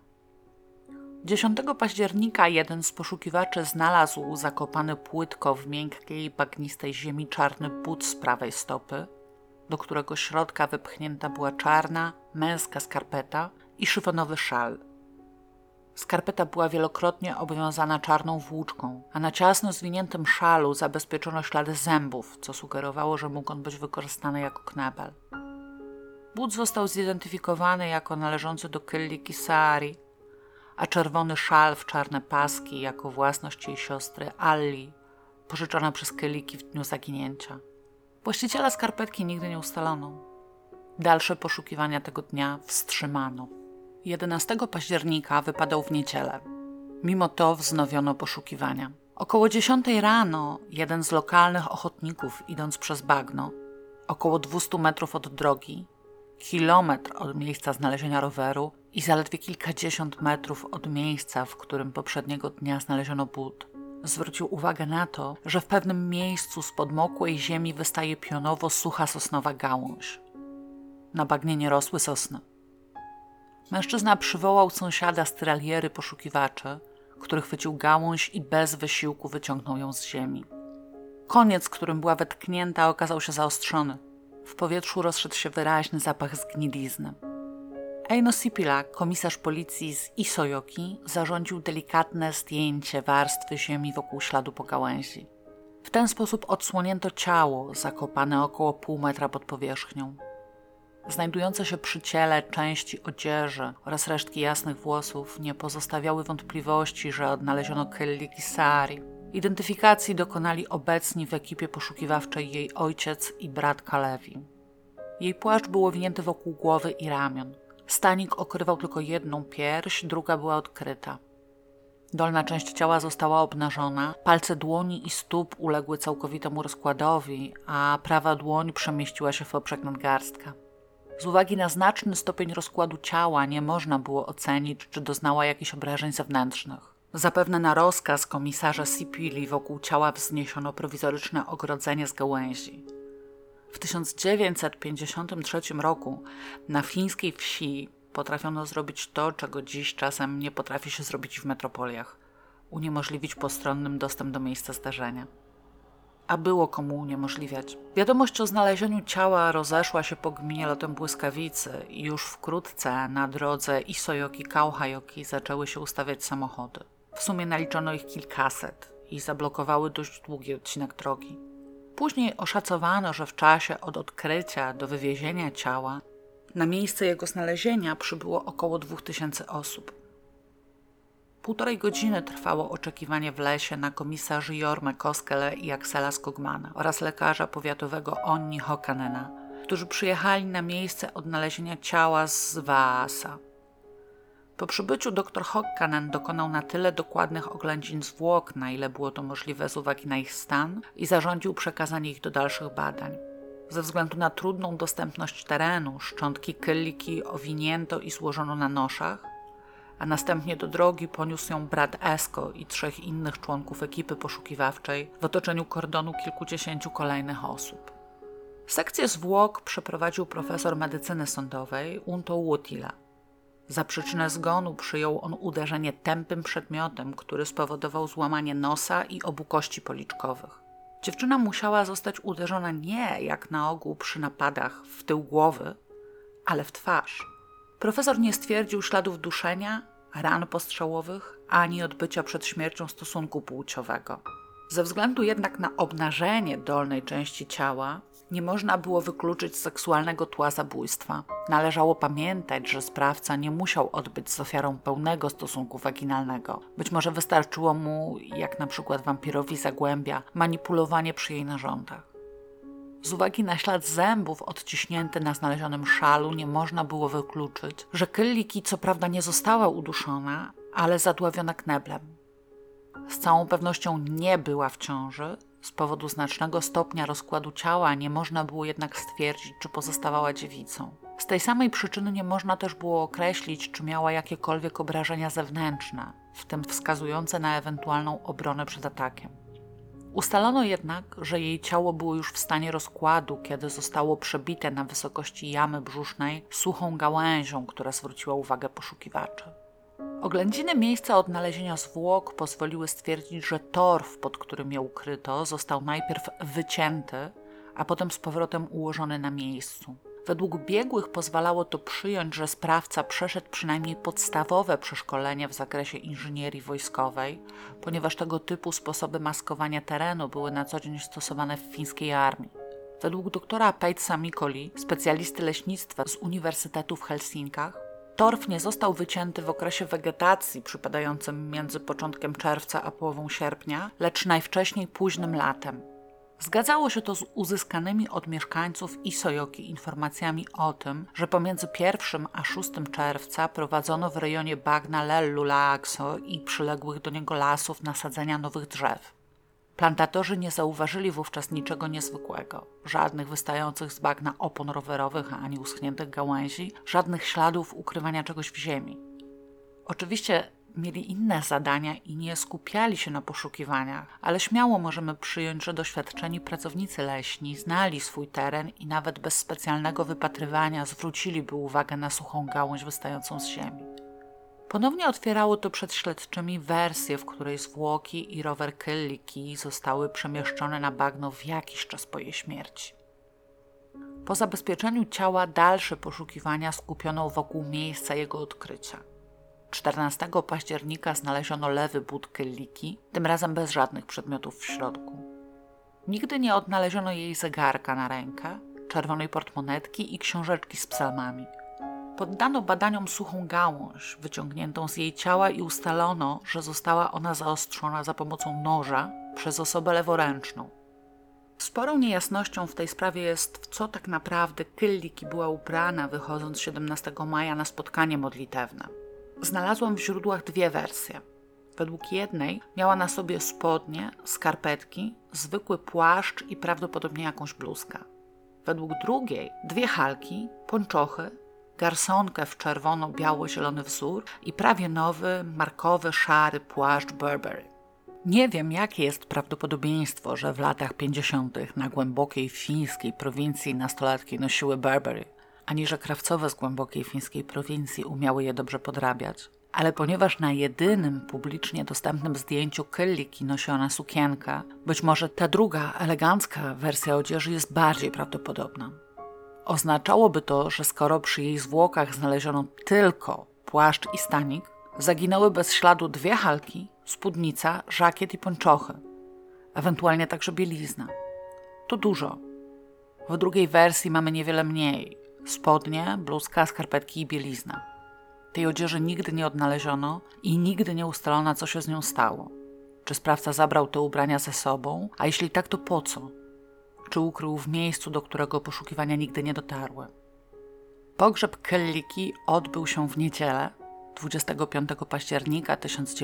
10 października jeden z poszukiwaczy znalazł zakopany płytko w miękkiej, bagnistej ziemi czarny but z prawej stopy, do którego środka wypchnięta była czarna, męska skarpeta i szyfonowy szal. Skarpeta była wielokrotnie obwiązana czarną włóczką, a na ciasno zwiniętym szalu zabezpieczono ślady zębów, co sugerowało, że mógł on być wykorzystany jako knebel. But został zidentyfikowany jako należący do Kelliki Sari, a czerwony szal w czarne paski jako własność jej siostry Alli, pożyczona przez Kelliki w dniu zaginięcia. Właściciela skarpetki nigdy nie ustalono. Dalsze poszukiwania tego dnia wstrzymano. 11 października wypadał w niedzielę. Mimo to wznowiono poszukiwania. Około 10 rano jeden z lokalnych ochotników, idąc przez bagno, około 200 metrów od drogi, kilometr od miejsca znalezienia roweru i zaledwie kilkadziesiąt metrów od miejsca, w którym poprzedniego dnia znaleziono but, zwrócił uwagę na to, że w pewnym miejscu z podmokłej ziemi wystaje pionowo sucha sosnowa gałąź. Na bagnie nie rosły sosny. Mężczyzna przywołał sąsiada z tyraliery poszukiwaczy, który chwycił gałąź i bez wysiłku wyciągnął ją z ziemi. Koniec, którym była wetknięta, okazał się zaostrzony. W powietrzu rozszedł się wyraźny zapach zgnilizny. Eino Sipila, komisarz policji z Isojoki, zarządził delikatne zdjęcie warstwy ziemi wokół śladu po gałęzi. W ten sposób odsłonięto ciało zakopane około pół metra pod powierzchnią. Znajdujące się przy ciele części odzieży oraz resztki jasnych włosów nie pozostawiały wątpliwości, że odnaleziono Kelliki Sari. Identyfikacji dokonali obecni w ekipie poszukiwawczej jej ojciec i brat Kalewi. Jej płaszcz był owinięty wokół głowy i ramion. Stanik okrywał tylko jedną pierś, druga była odkryta. Dolna część ciała została obnażona, palce dłoni i stóp uległy całkowitemu rozkładowi, a prawa dłoń przemieściła się w poprzek nadgarstka. Z uwagi na znaczny stopień rozkładu ciała nie można było ocenić, czy doznała jakichś obrażeń zewnętrznych. Zapewne na rozkaz komisarza Sipili wokół ciała wzniesiono prowizoryczne ogrodzenie z gałęzi. W 1953 roku na fińskiej wsi potrafiono zrobić to, czego dziś czasem nie potrafi się zrobić w metropoliach – uniemożliwić postronnym dostęp do miejsca zdarzenia. A było komu uniemożliwiać. Wiadomość o znalezieniu ciała rozeszła się po gminie lotem błyskawicy i już wkrótce na drodze Isojoki-Kauhajoki zaczęły się ustawiać samochody. W sumie naliczono ich kilkaset i zablokowały dość długi odcinek drogi. Później oszacowano, że w czasie od odkrycia do wywiezienia ciała na miejsce jego znalezienia przybyło około 2000 osób. 1,5 godziny trwało oczekiwanie w lesie na komisarzy Jormę Koskele i Aksela Skogmana oraz lekarza powiatowego Onni Hokanena, którzy przyjechali na miejsce odnalezienia ciała z Vaasa. Po przybyciu dr Hokkanen dokonał na tyle dokładnych oględzin zwłok, na ile było to możliwe z uwagi na ich stan, i zarządził przekazanie ich do dalszych badań. Ze względu na trudną dostępność terenu, szczątki kylliki owinięto i złożono na noszach, a następnie do drogi poniósł ją brat Esko i 3 innych członków ekipy poszukiwawczej w otoczeniu kordonu kilkudziesięciu kolejnych osób. Sekcję zwłok przeprowadził profesor medycyny sądowej Unto Uotila. Za przyczynę zgonu przyjął on uderzenie tępym przedmiotem, który spowodował złamanie nosa i obu kości policzkowych. Dziewczyna musiała zostać uderzona nie, jak na ogół przy napadach, w tył głowy, ale w twarz. Profesor nie stwierdził śladów duszenia, ran postrzałowych, ani odbycia przed śmiercią stosunku płciowego. Ze względu jednak na obnażenie dolnej części ciała nie można było wykluczyć seksualnego tła zabójstwa. Należało pamiętać, że sprawca nie musiał odbyć z ofiarą pełnego stosunku waginalnego. Być może wystarczyło mu, jak na przykład wampirowi Zagłębia, manipulowanie przy jej narządach. Z uwagi na ślad zębów odciśnięty na znalezionym szalu nie można było wykluczyć, że kylliki co prawda nie została uduszona, ale zadławiona kneblem. Z całą pewnością nie była w ciąży. Z powodu znacznego stopnia rozkładu ciała nie można było jednak stwierdzić, czy pozostawała dziewicą. Z tej samej przyczyny nie można też było określić, czy miała jakiekolwiek obrażenia zewnętrzne, w tym wskazujące na ewentualną obronę przed atakiem. Ustalono jednak, że jej ciało było już w stanie rozkładu, kiedy zostało przebite na wysokości jamy brzusznej suchą gałęzią, która zwróciła uwagę poszukiwaczy. Oględziny miejsca odnalezienia zwłok pozwoliły stwierdzić, że torf, pod którym je ukryto, został najpierw wycięty, a potem z powrotem ułożony na miejscu. Według biegłych pozwalało to przyjąć, że sprawca przeszedł przynajmniej podstawowe przeszkolenie w zakresie inżynierii wojskowej, ponieważ tego typu sposoby maskowania terenu były na co dzień stosowane w fińskiej armii. Według doktora Peitsa Mikoli, specjalisty leśnictwa z Uniwersytetu w Helsinkach, torf nie został wycięty w okresie wegetacji przypadającym między początkiem czerwca a połową sierpnia, lecz najwcześniej późnym latem. Zgadzało się to z uzyskanymi od mieszkańców Isojoki informacjami o tym, że pomiędzy 1 a 6 czerwca prowadzono w rejonie bagna Lellulaakso i przyległych do niego lasów nasadzenia nowych drzew. Plantatorzy nie zauważyli wówczas niczego niezwykłego, żadnych wystających z bagna opon rowerowych ani uschniętych gałęzi, żadnych śladów ukrywania czegoś w ziemi. Oczywiście mieli inne zadania i nie skupiali się na poszukiwaniach, ale śmiało możemy przyjąć, że doświadczeni pracownicy leśni znali swój teren i nawet bez specjalnego wypatrywania zwróciliby uwagę na suchą gałąź wystającą z ziemi. Ponownie otwierało to przed śledczymi wersję, w której zwłoki i rower kylliki zostały przemieszczone na bagno w jakiś czas po jej śmierci. Po zabezpieczeniu ciała dalsze poszukiwania skupiono wokół miejsca jego odkrycia. 14 października znaleziono lewy but kylliki, tym razem bez żadnych przedmiotów w środku. Nigdy nie odnaleziono jej zegarka na rękę, czerwonej portmonetki i książeczki z psalmami. Poddano badaniom suchą gałąź wyciągniętą z jej ciała i ustalono, że została ona zaostrzona za pomocą noża przez osobę leworęczną. Sporą niejasnością w tej sprawie jest, w co tak naprawdę Kylliki była ubrana, wychodząc 17 maja na spotkanie modlitewne. Znalazłam w źródłach dwie wersje. Według jednej miała na sobie spodnie, skarpetki, zwykły płaszcz i prawdopodobnie jakąś bluzkę. Według drugiej dwie halki, pończochy, garsonkę w czerwono-biało-zielony wzór i prawie nowy, markowy, szary płaszcz Burberry. Nie wiem, jakie jest prawdopodobieństwo, że w latach 50. na głębokiej fińskiej prowincji nastolatki nosiły Burberry, ani że krawcowe z głębokiej fińskiej prowincji umiały je dobrze podrabiać. Ale ponieważ na jedynym publicznie dostępnym zdjęciu Kylliki nosi ona sukienkę, być może ta druga, elegancka wersja odzieży jest bardziej prawdopodobna. Oznaczałoby to, że skoro przy jej zwłokach znaleziono tylko płaszcz i stanik, zaginęły bez śladu dwie halki, spódnica, żakiet i pończochy, ewentualnie także bielizna. To dużo. W drugiej wersji mamy niewiele mniej. Spodnie, bluzka, skarpetki i bielizna. Tej odzieży nigdy nie odnaleziono i nigdy nie ustalono, co się z nią stało. Czy sprawca zabrał te ubrania ze sobą, a jeśli tak, to po co? Czy ukrył w miejscu, do którego poszukiwania nigdy nie dotarły? Pogrzeb Kylliki odbył się w niedzielę, 25 października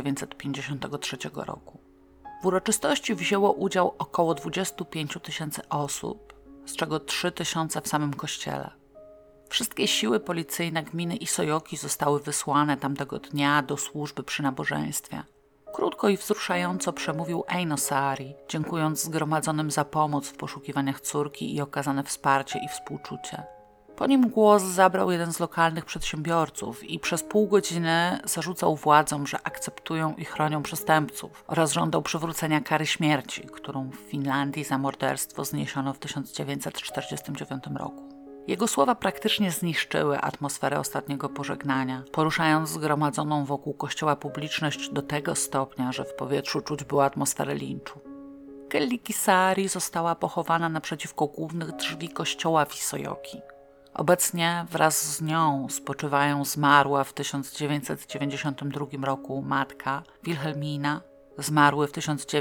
1953 roku. W uroczystości wzięło udział około 25 000 osób, z czego 3 000 w samym kościele. Wszystkie siły policyjne gminy Isojoki zostały wysłane tamtego dnia do służby przy nabożeństwie. Krótko i wzruszająco przemówił Eino Saari, dziękując zgromadzonym za pomoc w poszukiwaniach córki i okazane wsparcie i współczucie. Po nim głos zabrał jeden z lokalnych przedsiębiorców i przez pół godziny zarzucał władzom, że akceptują i chronią przestępców oraz żądał przywrócenia kary śmierci, którą w Finlandii za morderstwo zniesiono w 1949 roku. Jego słowa praktycznie zniszczyły atmosferę ostatniego pożegnania, poruszając zgromadzoną wokół kościoła publiczność do tego stopnia, że w powietrzu czuć było atmosferę linczu. Kylliki Saari została pochowana naprzeciwko głównych drzwi kościoła w Isojoki. Obecnie wraz z nią spoczywają zmarła w 1992 roku matka Wilhelmina, zmarły w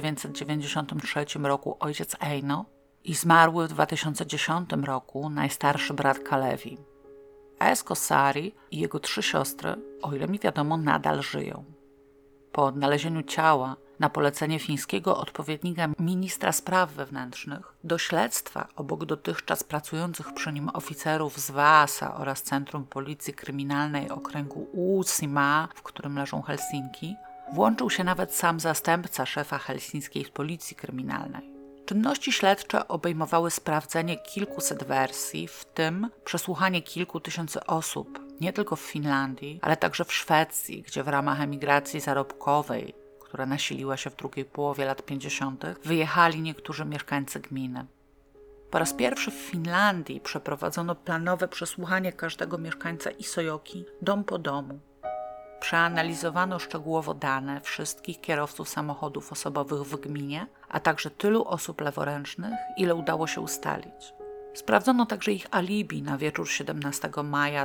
1993 roku ojciec Eino i zmarły w 2010 roku najstarszy brat Kalevi. Esko Saari i jego 3 siostry, o ile mi wiadomo, nadal żyją. Po odnalezieniu ciała, na polecenie fińskiego odpowiednika ministra spraw wewnętrznych, do śledztwa obok dotychczas pracujących przy nim oficerów z Vaasa oraz Centrum Policji Kryminalnej Okręgu Uusimaa, w którym leżą Helsinki, włączył się nawet sam zastępca szefa helsińskiej Policji Kryminalnej. Czynności śledcze obejmowały sprawdzenie kilkuset wersji, w tym przesłuchanie kilku tysięcy osób, nie tylko w Finlandii, ale także w Szwecji, gdzie w ramach emigracji zarobkowej, która nasiliła się w drugiej połowie lat 50., wyjechali niektórzy mieszkańcy gminy. Po raz pierwszy w Finlandii przeprowadzono planowe przesłuchanie każdego mieszkańca Isojoki, dom po domu. Przeanalizowano szczegółowo dane wszystkich kierowców samochodów osobowych w gminie, a także tylu osób leworęcznych, ile udało się ustalić. Sprawdzono także ich alibi na wieczór 17 maja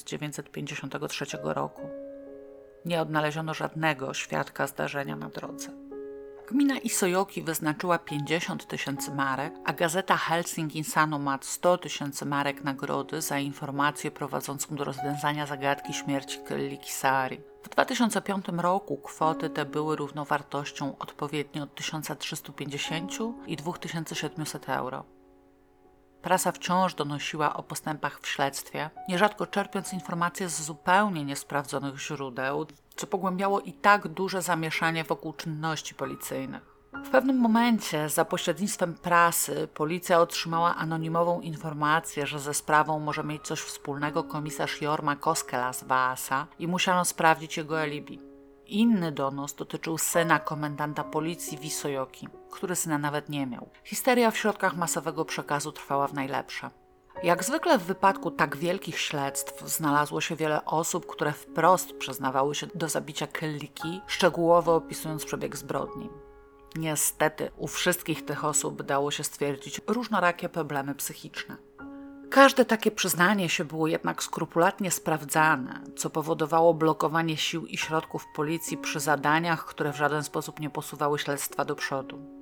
1953 roku. Nie odnaleziono żadnego świadka zdarzenia na drodze. Gmina Isojoki wyznaczyła 50 000 marek, a gazeta Helsingin Sanomat 100 000 marek nagrody za informację prowadzącą do rozwiązania zagadki śmierci Kylliki Saari. W 2005 roku kwoty te były równowartością odpowiednio 1350 i 2700 euro. Prasa wciąż donosiła o postępach w śledztwie, nierzadko czerpiąc informacje z zupełnie niesprawdzonych źródeł, co pogłębiało i tak duże zamieszanie wokół czynności policyjnych. W pewnym momencie za pośrednictwem prasy policja otrzymała anonimową informację, że ze sprawą może mieć coś wspólnego komisarz Jorma Koskela z Vaasa i musiano sprawdzić jego alibi. Inny donos dotyczył syna komendanta policji w Isojoki, który syna nawet nie miał. Histeria w środkach masowego przekazu trwała w najlepsze. Jak zwykle w wypadku tak wielkich śledztw znalazło się wiele osób, które wprost przyznawały się do zabicia Kylliki, szczegółowo opisując przebieg zbrodni. Niestety u wszystkich tych osób dało się stwierdzić różnorakie problemy psychiczne. Każde takie przyznanie się było jednak skrupulatnie sprawdzane, co powodowało blokowanie sił i środków policji przy zadaniach, które w żaden sposób nie posuwały śledztwa do przodu.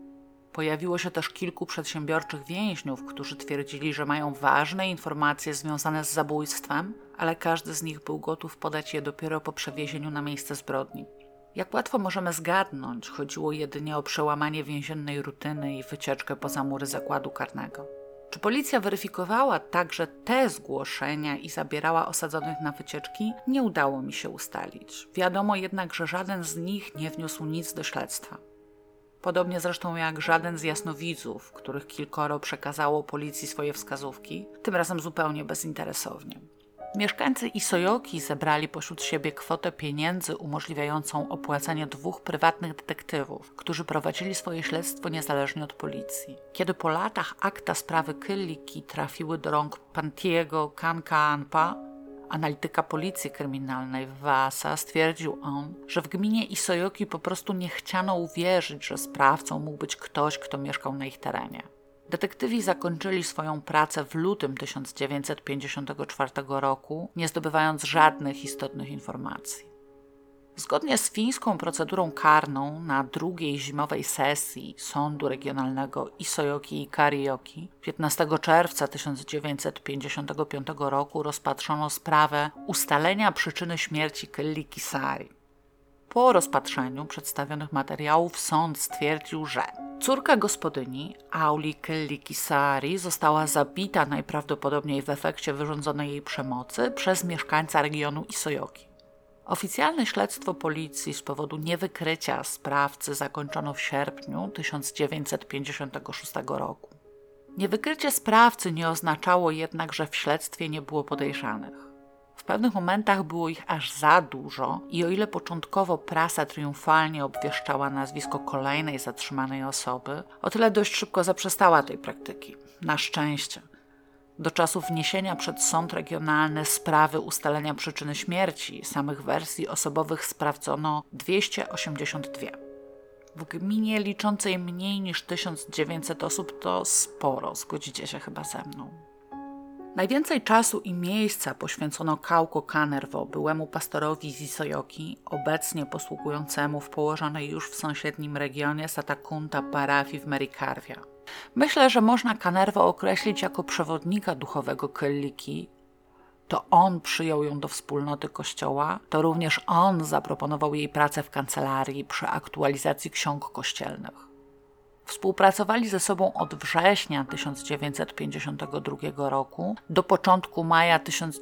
Pojawiło się też kilku przedsiębiorczych więźniów, którzy twierdzili, że mają ważne informacje związane z zabójstwem, ale każdy z nich był gotów podać je dopiero po przewiezieniu na miejsce zbrodni. Jak łatwo możemy zgadnąć, chodziło jedynie o przełamanie więziennej rutyny i wycieczkę poza mury zakładu karnego. Czy policja weryfikowała także te zgłoszenia i zabierała osadzonych na wycieczki? Nie udało mi się ustalić. Wiadomo jednak, że żaden z nich nie wniósł nic do śledztwa. Podobnie zresztą jak żaden z jasnowidzów, których kilkoro przekazało policji swoje wskazówki, tym razem zupełnie bezinteresownie. Mieszkańcy Isojoki zebrali pośród siebie kwotę pieniędzy umożliwiającą opłacenie 2 prywatnych detektywów, którzy prowadzili swoje śledztwo niezależnie od policji. Kiedy po latach akta sprawy Kylliki trafiły do rąk Pantiego Kankaanpa, analityka policji kryminalnej w Vaasa, stwierdził on, że w gminie Isojoki po prostu nie chciano uwierzyć, że sprawcą mógł być ktoś, kto mieszkał na ich terenie. Detektywi zakończyli swoją pracę w lutym 1954 roku, nie zdobywając żadnych istotnych informacji. Zgodnie z fińską procedurą karną na drugiej zimowej sesji Sądu Regionalnego Isojoki i Karijoki 15 czerwca 1955 roku rozpatrzono sprawę ustalenia przyczyny śmierci Kylliki Sari. Po rozpatrzeniu przedstawionych materiałów sąd stwierdził, że córka gospodyni, Auli Kylliki Sari, została zabita najprawdopodobniej w efekcie wyrządzonej jej przemocy przez mieszkańca regionu Isojoki. Oficjalne śledztwo policji z powodu niewykrycia sprawcy zakończono w sierpniu 1956 roku. Niewykrycie sprawcy nie oznaczało jednak, że w śledztwie nie było podejrzanych. W pewnych momentach było ich aż za dużo i o ile początkowo prasa triumfalnie obwieszczała nazwisko kolejnej zatrzymanej osoby, o tyle dość szybko zaprzestała tej praktyki. Na szczęście. Do czasu wniesienia przed sąd regionalny sprawy ustalenia przyczyny śmierci samych wersji osobowych sprawdzono 282. W gminie liczącej mniej niż 1900 osób to sporo, zgodzicie się chyba ze mną. Najwięcej czasu i miejsca poświęcono Kauko Kanervo, byłemu pastorowi z Isojoki, obecnie posługującemu w położonej już w sąsiednim regionie Satakunta parafii w Merikarvia. Myślę, że można Kanervo określić jako przewodnika duchowego Kylliki. To on przyjął ją do wspólnoty kościoła, to również on zaproponował jej pracę w kancelarii przy aktualizacji ksiąg kościelnych. Współpracowali ze sobą od września 1952 roku do początku maja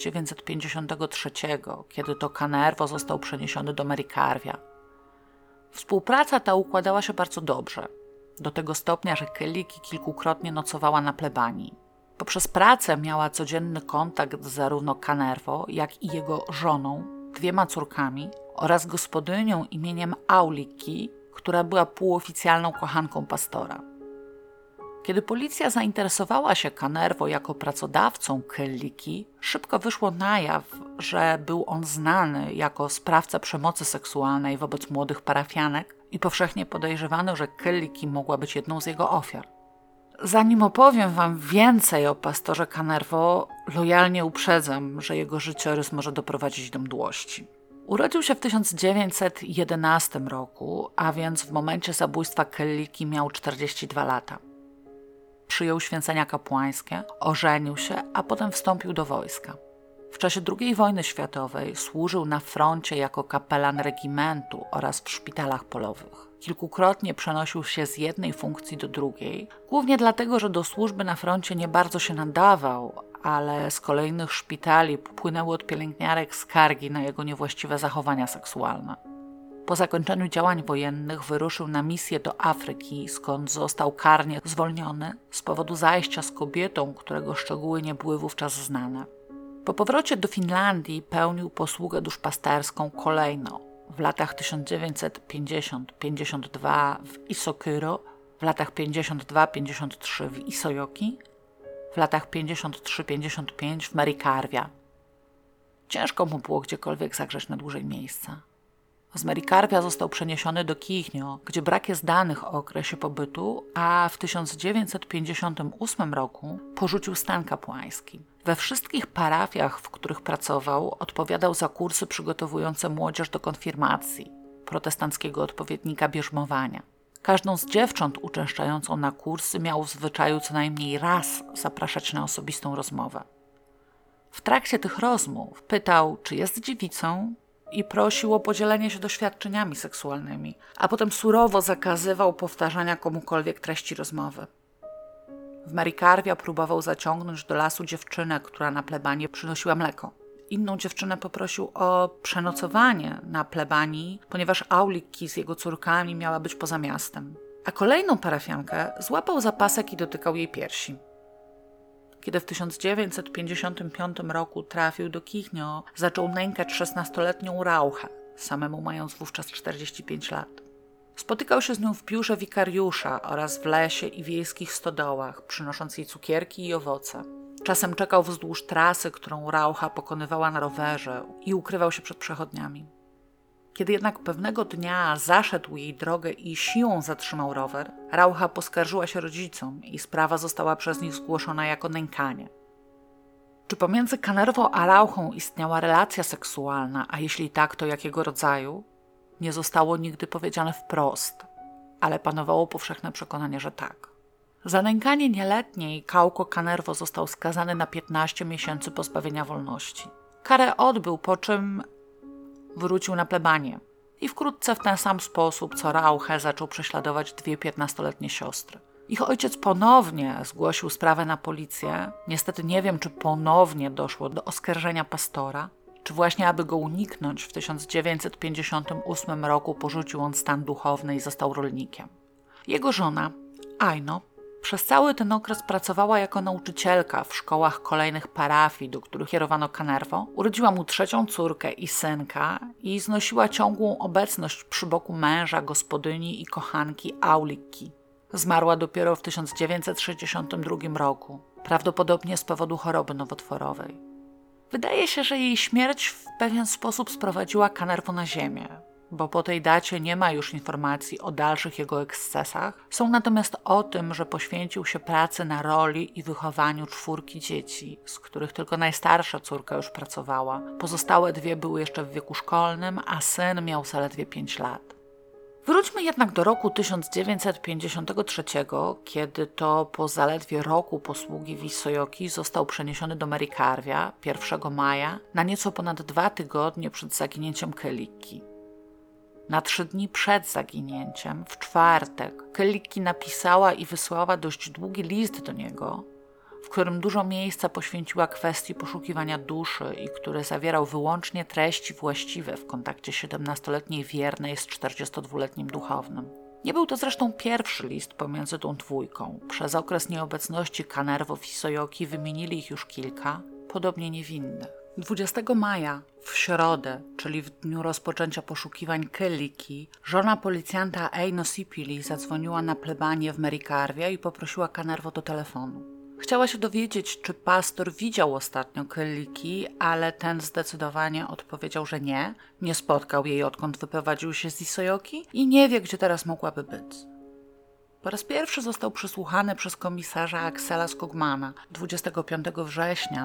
1953, kiedy to Kanervo został przeniesiony do Merikarvia. Współpraca ta układała się bardzo dobrze, do tego stopnia, że Kylliki kilkukrotnie nocowała na plebanii. Poprzez pracę miała codzienny kontakt z zarówno Kanervo, jak i jego żoną, 2 córkami oraz gospodynią imieniem Auliki, która była półoficjalną kochanką pastora. Kiedy policja zainteresowała się Kanervo jako pracodawcą Kylliki, szybko wyszło na jaw, że był on znany jako sprawca przemocy seksualnej wobec młodych parafianek i powszechnie podejrzewano, że Kylliki mogła być jedną z jego ofiar. Zanim opowiem wam więcej o pastorze Kanervo, lojalnie uprzedzam, że jego życiorys może doprowadzić do mdłości. Urodził się w 1911 roku, a więc w momencie zabójstwa Kylliki miał 42 lata. Przyjął święcenia kapłańskie, ożenił się, a potem wstąpił do wojska. W czasie II wojny światowej służył na froncie jako kapelan regimentu oraz w szpitalach polowych. Kilkukrotnie przenosił się z jednej funkcji do drugiej, głównie dlatego, że do służby na froncie nie bardzo się nadawał, ale z kolejnych szpitali płynęły od pielęgniarek skargi na jego niewłaściwe zachowania seksualne. Po zakończeniu działań wojennych wyruszył na misję do Afryki, skąd został karnie zwolniony z powodu zajścia z kobietą, którego szczegóły nie były wówczas znane. Po powrocie do Finlandii pełnił posługę duszpasterską kolejno w latach 1950-52 w Isokyro, w latach 52-53 w Isojoki, w latach 53-55 w Merikarvia. Ciężko mu było gdziekolwiek zagrzeć na dłużej miejsca. Z Merikarvia został przeniesiony do Kihnio, gdzie brak jest danych o okresie pobytu, a w 1958 roku porzucił stan kapłański. We wszystkich parafiach, w których pracował, odpowiadał za kursy przygotowujące młodzież do konfirmacji, protestanckiego odpowiednika bierzmowania. Każdą z dziewcząt uczęszczającą na kursy miał w zwyczaju co najmniej raz zapraszać na osobistą rozmowę. W trakcie tych rozmów pytał, czy jest dziewicą i prosił o podzielenie się doświadczeniami seksualnymi, a potem surowo zakazywał powtarzania komukolwiek treści rozmowy. W Marikarvia próbował zaciągnąć do lasu dziewczynę, która na plebanie przynosiła mleko. Inną dziewczynę poprosił o przenocowanie na plebanii, ponieważ Aulikki z jego córkami miała być poza miastem. A kolejną parafiankę złapał za pasek i dotykał jej piersi. Kiedy w 1955 roku trafił do Kichnio, zaczął nękać 16-letnią Rauchę, samemu mając wówczas 45 lat. Spotykał się z nią w biurze wikariusza oraz w lesie i wiejskich stodołach, przynosząc jej cukierki i owoce. Czasem czekał wzdłuż trasy, którą Raucha pokonywała na rowerze i ukrywał się przed przechodniami. Kiedy jednak pewnego dnia zaszedł jej drogę i siłą zatrzymał rower, Raucha poskarżyła się rodzicom i sprawa została przez nich zgłoszona jako nękanie. Czy pomiędzy Canervo a Rauchą istniała relacja seksualna, a jeśli tak, to jakiego rodzaju? Nie zostało nigdy powiedziane wprost, ale panowało powszechne przekonanie, że tak. Za nękanie nieletniej Kauko Canervo został skazany na 15 miesięcy pozbawienia wolności. Karę odbył, po czym wrócił na plebanię i wkrótce w ten sam sposób co Rauchę zaczął prześladować dwie 15-letnie siostry. Ich ojciec ponownie zgłosił sprawę na policję. Niestety nie wiem, czy ponownie doszło do oskarżenia pastora, czy właśnie aby go uniknąć w 1958 roku porzucił on stan duchowny i został rolnikiem. Jego żona, Aino, przez cały ten okres pracowała jako nauczycielka w szkołach kolejnych parafii, do których kierowano Canervo. Urodziła mu trzecią córkę i synka i znosiła ciągłą obecność przy boku męża, gospodyni i kochanki Aulikki. Zmarła dopiero w 1962 roku, prawdopodobnie z powodu choroby nowotworowej. Wydaje się, że jej śmierć w pewien sposób sprowadziła Canervo na ziemię, bo po tej dacie nie ma już informacji o dalszych jego ekscesach. Są natomiast o tym, że poświęcił się pracy na roli i wychowaniu 4 dzieci, z których tylko najstarsza córka już pracowała. Pozostałe 2 były jeszcze w wieku szkolnym, a syn miał zaledwie 5 lat. Wróćmy jednak do roku 1953, kiedy to po zaledwie roku posługi w Isojoki został przeniesiony do Marikarvia 1 maja na nieco ponad 2 tygodnie przed zaginięciem Keliki. Na 3 dni przed zaginięciem, w czwartek, Keliki napisała i wysłała dość długi list do niego, w którym dużo miejsca poświęciła kwestii poszukiwania duszy i który zawierał wyłącznie treści właściwe w kontakcie 17-letniej wiernej z 42-letnim duchownym. Nie był to zresztą pierwszy list pomiędzy tą dwójką. Przez okres nieobecności Canervo w Isojoki wymienili ich już kilka, podobnie niewinnych. 20 maja, w środę, czyli w dniu rozpoczęcia poszukiwań Keliki, żona policjanta Eino Sipili zadzwoniła na plebanię w Marikarvia i poprosiła Canervo do telefonu. Chciała się dowiedzieć, czy pastor widział ostatnio Keliki, ale ten zdecydowanie odpowiedział, że nie spotkał jej, odkąd wyprowadził się z Isojoki i nie wie, gdzie teraz mogłaby być. Po raz pierwszy został przesłuchany przez komisarza Axela Skogmana 25 września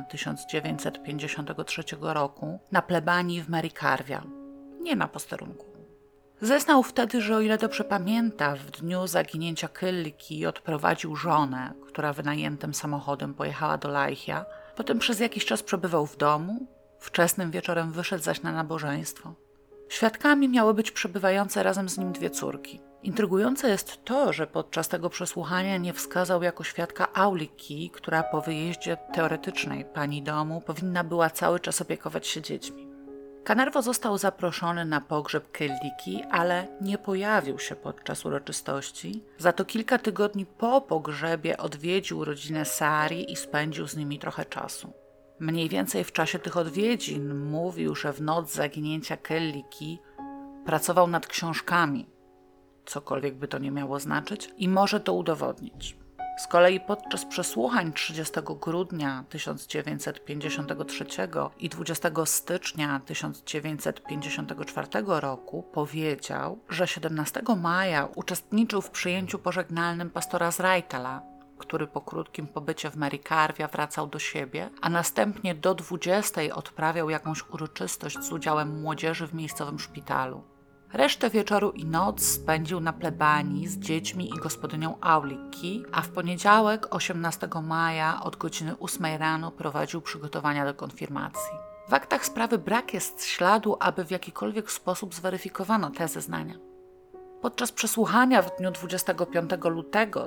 1953 roku na plebanii w Marikarvia, nie na posterunku. Zeznał wtedy, że o ile dobrze pamięta, w dniu zaginięcia Keliki odprowadził żonę, która wynajętym samochodem pojechała do Lajchia, potem przez jakiś czas przebywał w domu, wczesnym wieczorem wyszedł zaś na nabożeństwo. Świadkami miały być przebywające razem z nim 2 córki. Intrygujące jest to, że podczas tego przesłuchania nie wskazał jako świadka Aulikki, która po wyjeździe teoretycznej pani domu powinna była cały czas opiekować się dziećmi. Canervo został zaproszony na pogrzeb Keliki, ale nie pojawił się podczas uroczystości. Za to kilka tygodni po pogrzebie odwiedził rodzinę Sari i spędził z nimi trochę czasu. Mniej więcej w czasie tych odwiedzin mówił, że w noc zaginięcia Keliki pracował nad książkami, cokolwiek by to nie miało znaczyć, i może to udowodnić. Z kolei podczas przesłuchań 30 grudnia 1953 i 20 stycznia 1954 roku powiedział, że 17 maja uczestniczył w przyjęciu pożegnalnym pastora Zreitela, który po krótkim pobycie w Marikarvia wracał do siebie, a następnie do 20 odprawiał jakąś uroczystość z udziałem młodzieży w miejscowym szpitalu. Resztę wieczoru i noc spędził na plebanii z dziećmi i gospodynią Aulikki, a w poniedziałek 18 maja od godziny 8 rano prowadził przygotowania do konfirmacji. W aktach sprawy brak jest śladu, aby w jakikolwiek sposób zweryfikowano te zeznania. Podczas przesłuchania w dniu 25 lutego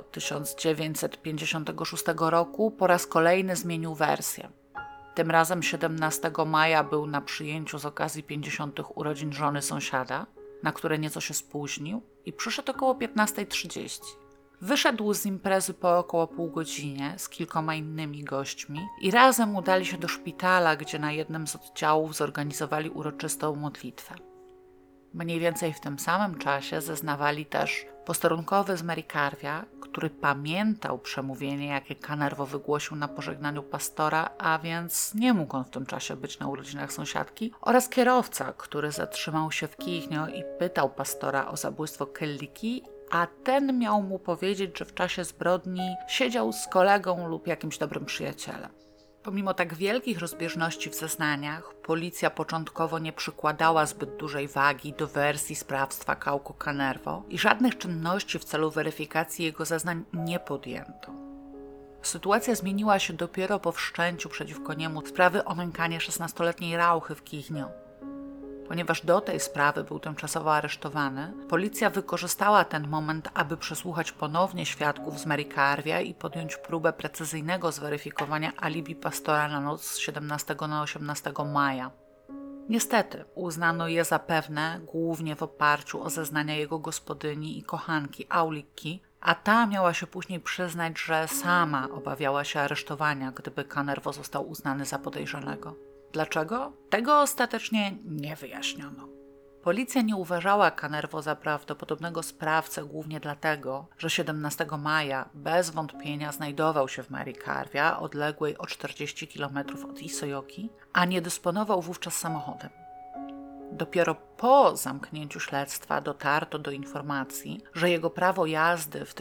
1956 roku po raz kolejny zmienił wersję. Tym razem 17 maja był na przyjęciu z okazji 50. urodzin żony sąsiada, na które nieco się spóźnił i przyszedł około 15:30. Wyszedł z imprezy po około pół godzinie z kilkoma innymi gośćmi i razem udali się do szpitala, gdzie na jednym z oddziałów zorganizowali uroczystą modlitwę. Mniej więcej w tym samym czasie zeznawali też posterunkowy z Merikarwia, który pamiętał przemówienie, jakie Canervo wygłosił na pożegnaniu pastora, a więc nie mógł on w tym czasie być na urodzinach sąsiadki, oraz kierowca, który zatrzymał się w Kiihnio i pytał pastora o zabójstwo Kylliki, a ten miał mu powiedzieć, że w czasie zbrodni siedział z kolegą lub jakimś dobrym przyjacielem. Pomimo tak wielkich rozbieżności w zeznaniach, policja początkowo nie przykładała zbyt dużej wagi do wersji sprawstwa Kauko Canervo i żadnych czynności w celu weryfikacji jego zeznań nie podjęto. Sytuacja zmieniła się dopiero po wszczęciu przeciwko niemu sprawy o nękanie 16-letniej Rauchy w Kiihnio. Ponieważ do tej sprawy był tymczasowo aresztowany, policja wykorzystała ten moment, aby przesłuchać ponownie świadków z Merikarwia i podjąć próbę precyzyjnego zweryfikowania alibi pastora na noc z 17 na 18 maja. Niestety, uznano je za pewne głównie w oparciu o zeznania jego gospodyni i kochanki Aulikki, a ta miała się później przyznać, że sama obawiała się aresztowania, gdyby Canervo został uznany za podejrzanego. Dlaczego? Tego ostatecznie nie wyjaśniono. Policja nie uważała Canervo za prawdopodobnego sprawcę głównie dlatego, że 17 maja bez wątpienia znajdował się w Merikarwia, odległej o 40 km od Isojoki, a nie dysponował wówczas samochodem. Dopiero po zamknięciu śledztwa dotarto do informacji, że jego prawo jazdy w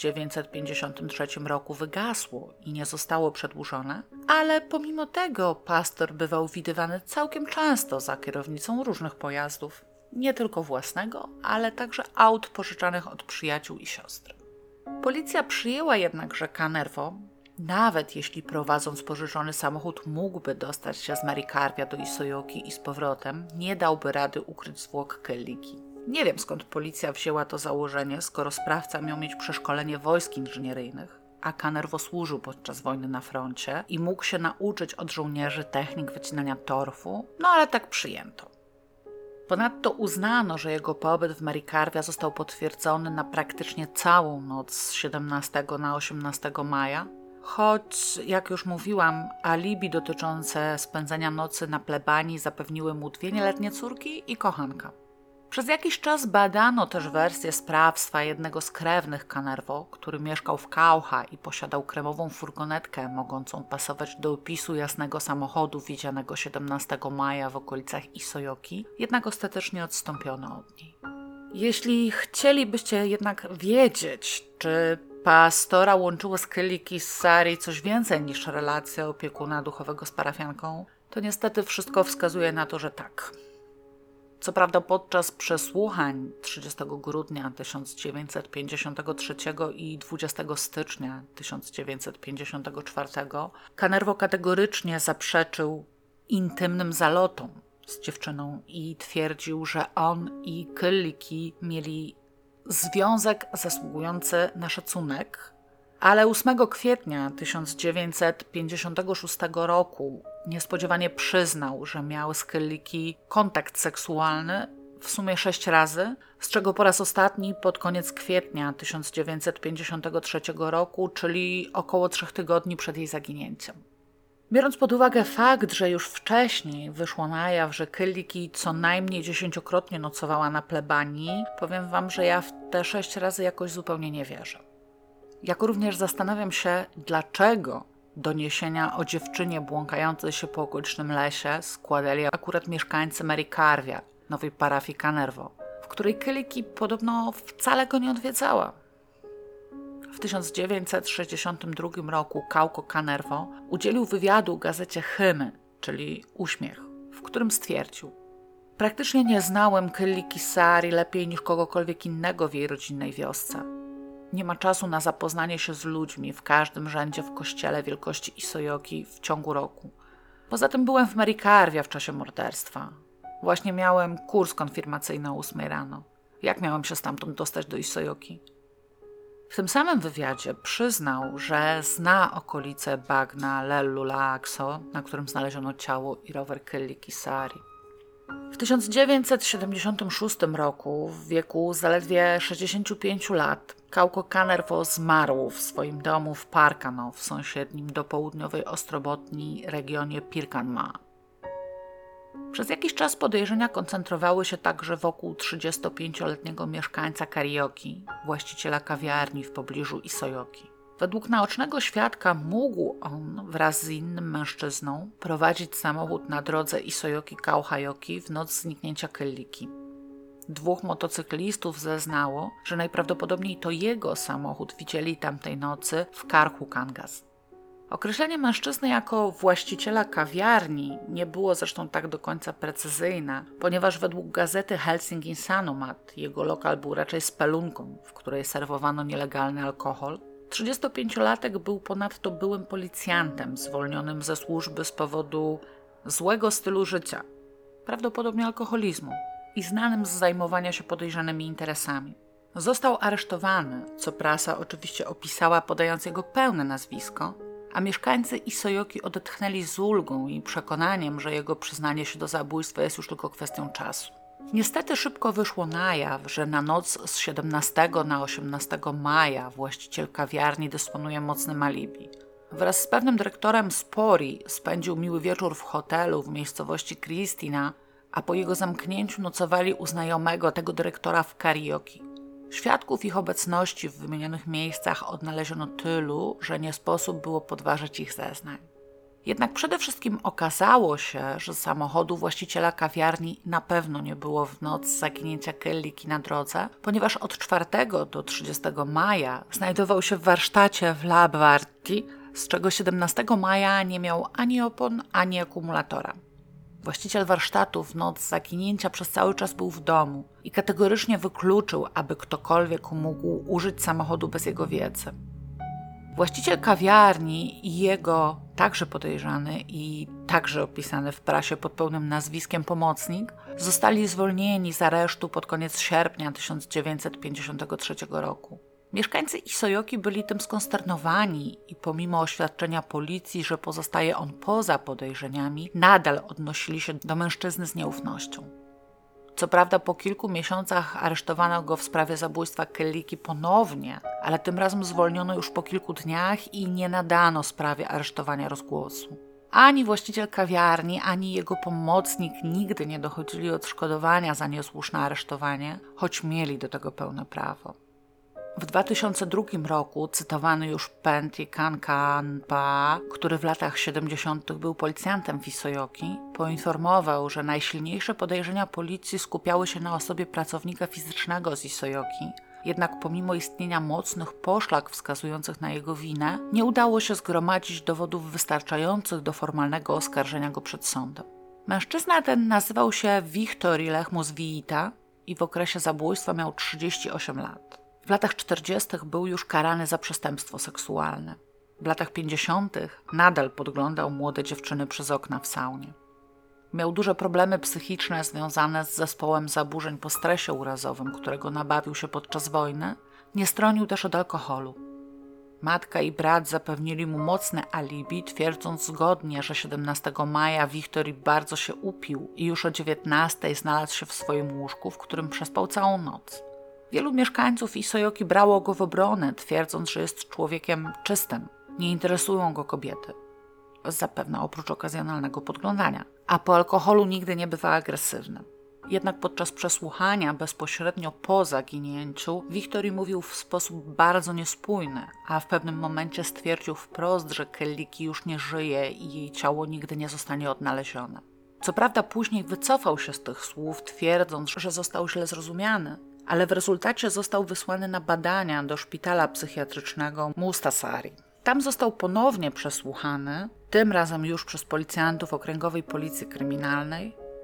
1953 roku wygasło i nie zostało przedłużone, ale pomimo tego pastor bywał widywany całkiem często za kierownicą różnych pojazdów, nie tylko własnego, ale także aut pożyczanych od przyjaciół i siostry. Policja przyjęła jednak, że Canervo, nawet jeśli prowadząc pożyczony samochód mógłby dostać się z Merikarwia do Isojoki i z powrotem, nie dałby rady ukryć zwłok Kylliki. Nie wiem, skąd policja wzięła to założenie, skoro sprawca miał mieć przeszkolenie wojsk inżynieryjnych, a Canervo służył podczas wojny na froncie i mógł się nauczyć od żołnierzy technik wycinania torfu, no ale tak przyjęto. Ponadto uznano, że jego pobyt w Merikarwia został potwierdzony na praktycznie całą noc z 17 na 18 maja, choć, jak już mówiłam, alibi dotyczące spędzania nocy na plebanii zapewniły mu 2 nieletnie córki i kochanka. Przez jakiś czas badano też wersję sprawstwa jednego z krewnych Canervo, który mieszkał w Kaucha i posiadał kremową furgonetkę mogącą pasować do opisu jasnego samochodu widzianego 17 maja w okolicach Isojoki, jednak ostatecznie odstąpiono od niej. Jeśli chcielibyście jednak wiedzieć, czy pastora łączyło z Kylliki z Sari coś więcej niż relacja opiekuna duchowego z parafianką, to niestety wszystko wskazuje na to, że tak. Co prawda podczas przesłuchań 30 grudnia 1953 i 20 stycznia 1954 Canervo kategorycznie zaprzeczył intymnym zalotom z dziewczyną i twierdził, że on i Kylliki mieli związek zasługujący na szacunek, ale 8 kwietnia 1956 roku niespodziewanie przyznał, że miał z Kylliki kontakt seksualny w sumie 6 razy, z czego po raz ostatni pod koniec kwietnia 1953 roku, czyli około 3 tygodni przed jej zaginięciem. Biorąc pod uwagę fakt, że już wcześniej wyszło na jaw, że Kylliki co najmniej 10-krotnie nocowała na plebanii, powiem wam, że ja w te 6 razy jakoś zupełnie nie wierzę. Jak również zastanawiam się, dlaczego doniesienia o dziewczynie błąkającej się po okolicznym lesie składali akurat mieszkańcy Merikarwia, nowej parafii Canervo, w której Kylliki podobno wcale go nie odwiedzała. W 1962 roku Kauko Canervo udzielił wywiadu gazecie Hymy, czyli Uśmiech, w którym stwierdził: Praktycznie nie znałem Kylliki Sari lepiej niż kogokolwiek innego w jej rodzinnej wiosce. Nie ma czasu na zapoznanie się z ludźmi w każdym rzędzie w kościele wielkości Isojoki w ciągu roku. Poza tym byłem w Merikarwia w czasie morderstwa. Właśnie miałem kurs konfirmacyjny o 8 rano. Jak miałem się stamtąd dostać do Isojoki? W tym samym wywiadzie przyznał, że zna okolice bagna Lellu Laakso, na którym znaleziono ciało i rower Kylliki Sari. W 1976 roku, w wieku zaledwie 65 lat, Kauko Kanervo zmarł w swoim domu w Parkano, w sąsiednim do południowej Ostrobotni regionie Pirkanmaa. Przez jakiś czas podejrzenia koncentrowały się także wokół 35-letniego mieszkańca Karioki, właściciela kawiarni w pobliżu Isojoki. Według naocznego świadka mógł on wraz z innym mężczyzną prowadzić samochód na drodze Isojoki-Kauhajoki w noc zniknięcia Kylliki. 2 motocyklistów zeznało, że najprawdopodobniej to jego samochód widzieli tamtej nocy w Karhukangas. Określenie mężczyzny jako właściciela kawiarni nie było zresztą tak do końca precyzyjne, ponieważ według gazety Helsingin Sanomat jego lokal był raczej spelunką, w której serwowano nielegalny alkohol. 35-latek był ponadto byłym policjantem zwolnionym ze służby z powodu złego stylu życia, prawdopodobnie alkoholizmu, i znanym z zajmowania się podejrzanymi interesami. Został aresztowany, co prasa oczywiście opisała, podając jego pełne nazwisko, a mieszkańcy Isojoki odetchnęli z ulgą i przekonaniem, że jego przyznanie się do zabójstwa jest już tylko kwestią czasu. Niestety szybko wyszło na jaw, że na noc z 17 na 18 maja właściciel kawiarni dysponuje mocnym alibi. Wraz z pewnym dyrektorem Spori spędził miły wieczór w hotelu w miejscowości Kristina, a po jego zamknięciu nocowali u znajomego tego dyrektora w Karioki. Świadków ich obecności w wymienionych miejscach odnaleziono tylu, że nie sposób było podważyć ich zeznań. Jednak przede wszystkim okazało się, że samochodu właściciela kawiarni na pewno nie było w noc zaginięcia Kylliki na drodze, ponieważ od 4 do 30 maja znajdował się w warsztacie w Laabvarti, z czego 17 maja nie miał ani opon, ani akumulatora. Właściciel warsztatu w noc zaginięcia przez cały czas był w domu i kategorycznie wykluczył, aby ktokolwiek mógł użyć samochodu bez jego wiedzy. Właściciel kawiarni i jego także podejrzany i także opisany w prasie pod pełnym nazwiskiem pomocnik zostali zwolnieni z aresztu pod koniec sierpnia 1953 roku. Mieszkańcy Isojoki byli tym skonsternowani i pomimo oświadczenia policji, że pozostaje on poza podejrzeniami, nadal odnosili się do mężczyzny z nieufnością. Co prawda po kilku miesiącach aresztowano go w sprawie zabójstwa Kylliki ponownie, ale tym razem zwolniono już po kilku dniach i nie nadano sprawie aresztowania rozgłosu. Ani właściciel kawiarni, ani jego pomocnik nigdy nie dochodzili odszkodowania za niesłuszne aresztowanie, choć mieli do tego pełne prawo. W 2002 roku cytowany już Pentti Kankaanpää, który w latach 70. był policjantem w Isojoki, poinformował, że najsilniejsze podejrzenia policji skupiały się na osobie pracownika fizycznego z Isojoki, jednak pomimo istnienia mocnych poszlak wskazujących na jego winę, nie udało się zgromadzić dowodów wystarczających do formalnego oskarżenia go przed sądem. Mężczyzna ten nazywał się Vihtori Lehmus Viita i w okresie zabójstwa miał 38 lat. W latach 40. był już karany za przestępstwo seksualne. W latach 50. nadal podglądał młode dziewczyny przez okna w saunie. Miał duże problemy psychiczne związane z zespołem zaburzeń po stresie urazowym, którego nabawił się podczas wojny. Nie stronił też od alkoholu. Matka i brat zapewnili mu mocne alibi, twierdząc zgodnie, że 17 maja Vihtori bardzo się upił i już o 19 znalazł się w swoim łóżku, w którym przespał całą noc. Wielu mieszkańców Isojoki brało go w obronę, twierdząc, że jest człowiekiem czystym. Nie interesują go kobiety. Zapewne oprócz okazjonalnego podglądania. A po alkoholu nigdy nie bywa agresywny. Jednak podczas przesłuchania, bezpośrednio po zaginięciu, Vihtori mówił w sposób bardzo niespójny, a w pewnym momencie stwierdził wprost, że Kylliki już nie żyje i jej ciało nigdy nie zostanie odnalezione. Co prawda później wycofał się z tych słów, twierdząc, że został źle zrozumiany, ale w rezultacie został wysłany na badania do szpitala psychiatrycznego Mustasaari. Tam został ponownie przesłuchany, tym razem już przez policjantów Okręgowej Policji Kryminalnej,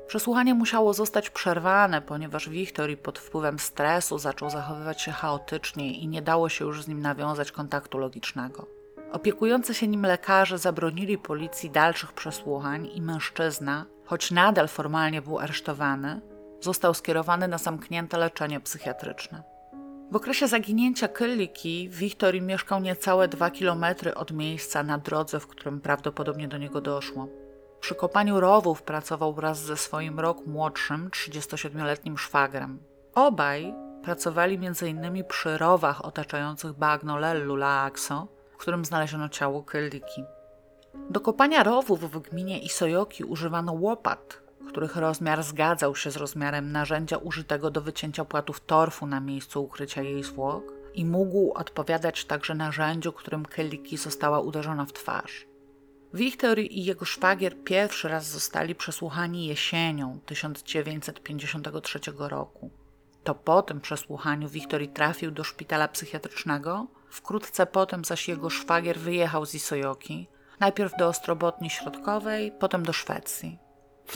Przesłuchanie musiało zostać przerwane, ponieważ Victory pod wpływem stresu zaczął zachowywać się chaotycznie i nie dało się już z nim nawiązać kontaktu logicznego. Opiekujący się nim lekarze zabronili policji dalszych przesłuchań i mężczyzna, choć nadal formalnie był aresztowany, został skierowany na zamknięte leczenie psychiatryczne. W okresie zaginięcia Kylliki Victory mieszkał niecałe 2 kilometry od miejsca na drodze, w którym prawdopodobnie do niego doszło. Przy kopaniu rowów pracował wraz ze swoim rok młodszym, 37-letnim szwagrem. Obaj pracowali m.in. przy rowach otaczających bagno Lellu Laakso, w którym znaleziono ciało Kylliki. Do kopania rowów w gminie Isojoki używano łopat, których rozmiar zgadzał się z rozmiarem narzędzia użytego do wycięcia płatów torfu na miejscu ukrycia jej zwłok i mógł odpowiadać także narzędziu, którym Kylliki została uderzona w twarz. Victory i jego szwagier pierwszy raz zostali przesłuchani jesienią 1953 roku. To po tym przesłuchaniu Victory trafił do szpitala psychiatrycznego, wkrótce potem zaś jego szwagier wyjechał z Isojoki, najpierw do Ostrobotni Środkowej, potem do Szwecji. W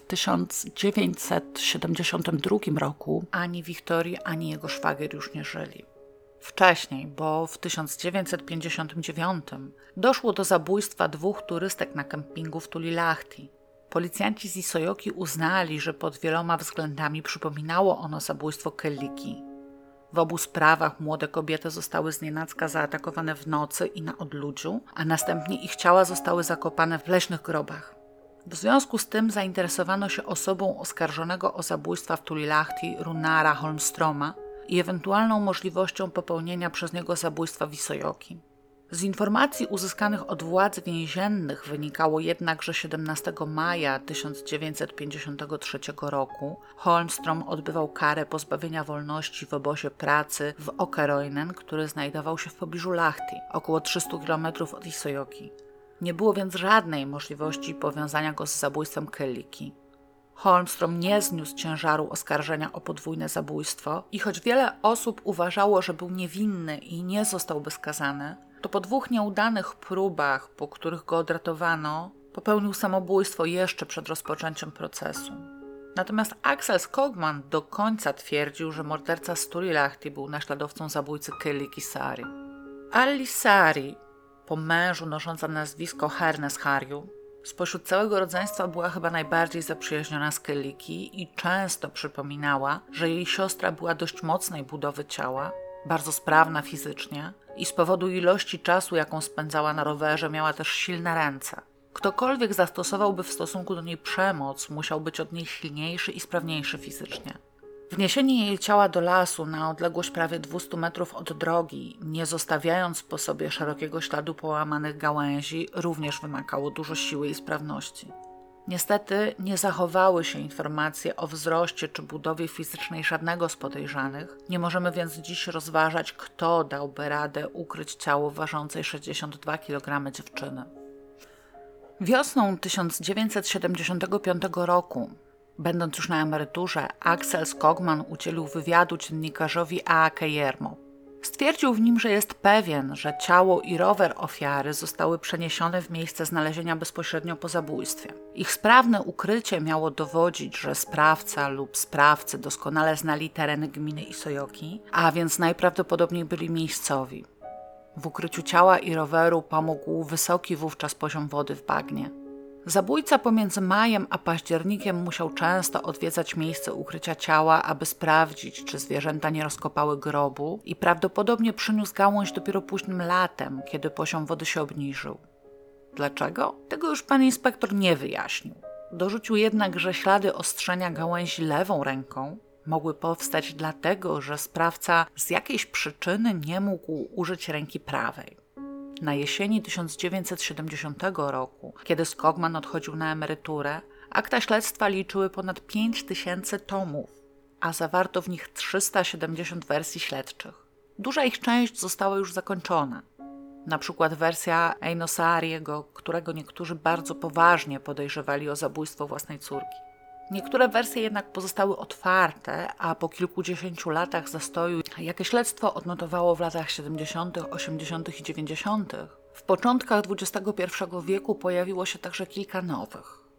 1972 roku ani Victory, ani jego szwagier już nie żyli. Wcześniej, bo w 1959 doszło do zabójstwa 2 turystek na kempingu w Tulilahti. Policjanci z Isojoki uznali, że pod wieloma względami przypominało ono zabójstwo Kylliki. W obu sprawach młode kobiety zostały znienacka zaatakowane w nocy i na odludziu, a następnie ich ciała zostały zakopane w leśnych grobach. W związku z tym zainteresowano się osobą oskarżonego o zabójstwa w Tulilahti Runara Holmstroma i ewentualną możliwością popełnienia przez niego zabójstwa w Isojoki. Z informacji uzyskanych od władz więziennych wynikało jednak, że 17 maja 1953 roku Holmstrom odbywał karę pozbawienia wolności w obozie pracy w Åkeroinen, który znajdował się w pobliżu Lahti, około 300 km od Isojoki. Nie było więc żadnej możliwości powiązania go z zabójstwem Kylliki. Holmstrom nie zniósł ciężaru oskarżenia o podwójne zabójstwo i choć wiele osób uważało, że był niewinny i nie zostałby skazany, to po 2 nieudanych próbach, po których go odratowano, popełnił samobójstwo jeszcze przed rozpoczęciem procesu. Natomiast Axel Skogman do końca twierdził, że morderca z Tulilahti był naśladowcą zabójcy Kylliki Sari. Alli Sari, po mężu nosząca nazwisko Hernes Harju, spośród całego rodzeństwa była chyba najbardziej zaprzyjaźniona z Kylliki i często przypominała, że jej siostra była dość mocnej budowy ciała, bardzo sprawna fizycznie i z powodu ilości czasu, jaką spędzała na rowerze, miała też silne ręce. Ktokolwiek zastosowałby w stosunku do niej przemoc, musiał być od niej silniejszy i sprawniejszy fizycznie. Wniesienie jej ciała do lasu na odległość prawie 200 metrów od drogi, nie zostawiając po sobie szerokiego śladu połamanych gałęzi, również wymagało dużo siły i sprawności. Niestety nie zachowały się informacje o wzroście czy budowie fizycznej żadnego z podejrzanych, nie możemy więc dziś rozważać, kto dałby radę ukryć ciało ważącej 62 kg dziewczyny. Wiosną 1975 roku, będąc już na emeryturze, Axel Skogman udzielił wywiadu dziennikarzowi Aake Jermo. Stwierdził w nim, że jest pewien, że ciało i rower ofiary zostały przeniesione w miejsce znalezienia bezpośrednio po zabójstwie. Ich sprawne ukrycie miało dowodzić, że sprawca lub sprawcy doskonale znali tereny gminy Isojoki, a więc najprawdopodobniej byli miejscowi. W ukryciu ciała i roweru pomógł wysoki wówczas poziom wody w bagnie. Zabójca pomiędzy majem a październikiem musiał często odwiedzać miejsce ukrycia ciała, aby sprawdzić, czy zwierzęta nie rozkopały grobu i prawdopodobnie przyniósł gałąź dopiero późnym latem, kiedy poziom wody się obniżył. Dlaczego? Tego już pan inspektor nie wyjaśnił. Dorzucił jednak, że ślady ostrzenia gałęzi lewą ręką mogły powstać dlatego, że sprawca z jakiejś przyczyny nie mógł użyć ręki prawej. Na jesieni 1970 roku, kiedy Skogman odchodził na emeryturę, akta śledztwa liczyły ponad 5000 tomów, a zawarto w nich 370 wersji śledczych. Duża ich część została już zakończona. Na przykład wersja Eino Saariego, którego niektórzy bardzo poważnie podejrzewali o zabójstwo własnej córki. Niektóre wersje jednak pozostały otwarte, a po kilkudziesięciu latach zastoju, jakie śledztwo odnotowało w latach 70., 80. i 90., w początkach XXI wieku pojawiło się także kilka nowych.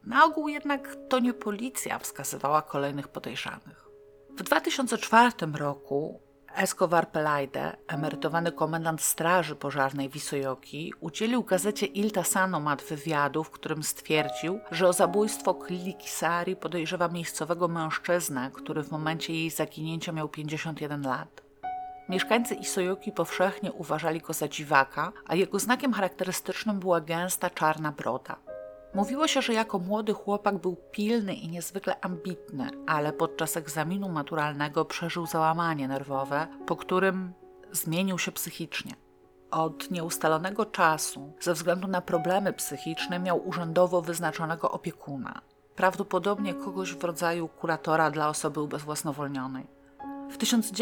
Na ogół jednak to nie policja wskazywała kolejnych podejrzanych. W 2004 roku Escobar Pelaide, emerytowany komendant Straży Pożarnej Wisojoki, udzielił gazecie Il Sanomat wywiadu, w którym stwierdził, że o zabójstwo Kyli Kisari podejrzewa miejscowego mężczyznę, który w momencie jej zaginięcia miał 51 lat. Mieszkańcy Wisojoki powszechnie uważali go za dziwaka, a jego znakiem charakterystycznym była gęsta czarna broda. Mówiło się, że jako młody chłopak był pilny i niezwykle ambitny, ale podczas egzaminu maturalnego przeżył załamanie nerwowe, po którym zmienił się psychicznie. Od nieustalonego czasu, ze względu na problemy psychiczne, miał urzędowo wyznaczonego opiekuna, prawdopodobnie kogoś w rodzaju kuratora dla osoby ubezwłasnowolnionej. W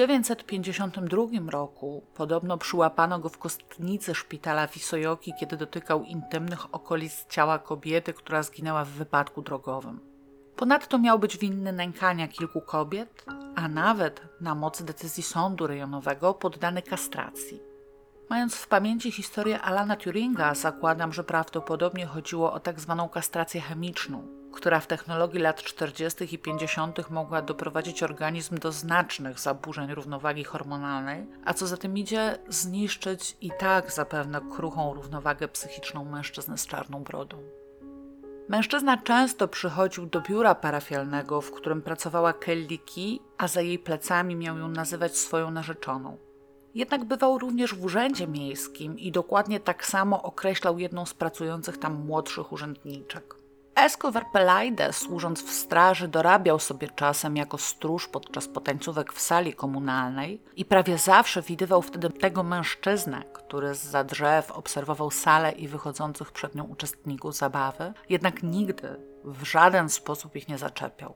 1952 roku podobno przyłapano go w kostnicy szpitala Wisojoki, kiedy dotykał intymnych okolic ciała kobiety, która zginęła w wypadku drogowym. Ponadto miał być winny nękania kilku kobiet, a nawet na mocy decyzji sądu rejonowego poddany kastracji. Mając w pamięci historię Alana Turinga, zakładam, że prawdopodobnie chodziło o tak zwaną kastrację chemiczną, która w technologii lat 40. i 50. mogła doprowadzić organizm do znacznych zaburzeń równowagi hormonalnej, a co za tym idzie, zniszczyć i tak zapewne kruchą równowagę psychiczną mężczyzny z czarną brodą. Mężczyzna często przychodził do biura parafialnego, w którym pracowała Kelly Key, a za jej plecami miał ją nazywać swoją narzeczoną. Jednak bywał również w urzędzie miejskim i dokładnie tak samo określał jedną z pracujących tam młodszych urzędniczek. Escobar Pelaide, służąc w straży, dorabiał sobie czasem jako stróż podczas potańcówek w sali komunalnej i prawie zawsze widywał wtedy tego mężczyznę, który zza drzew obserwował salę i wychodzących przed nią uczestników zabawy, jednak nigdy w żaden sposób ich nie zaczepiał.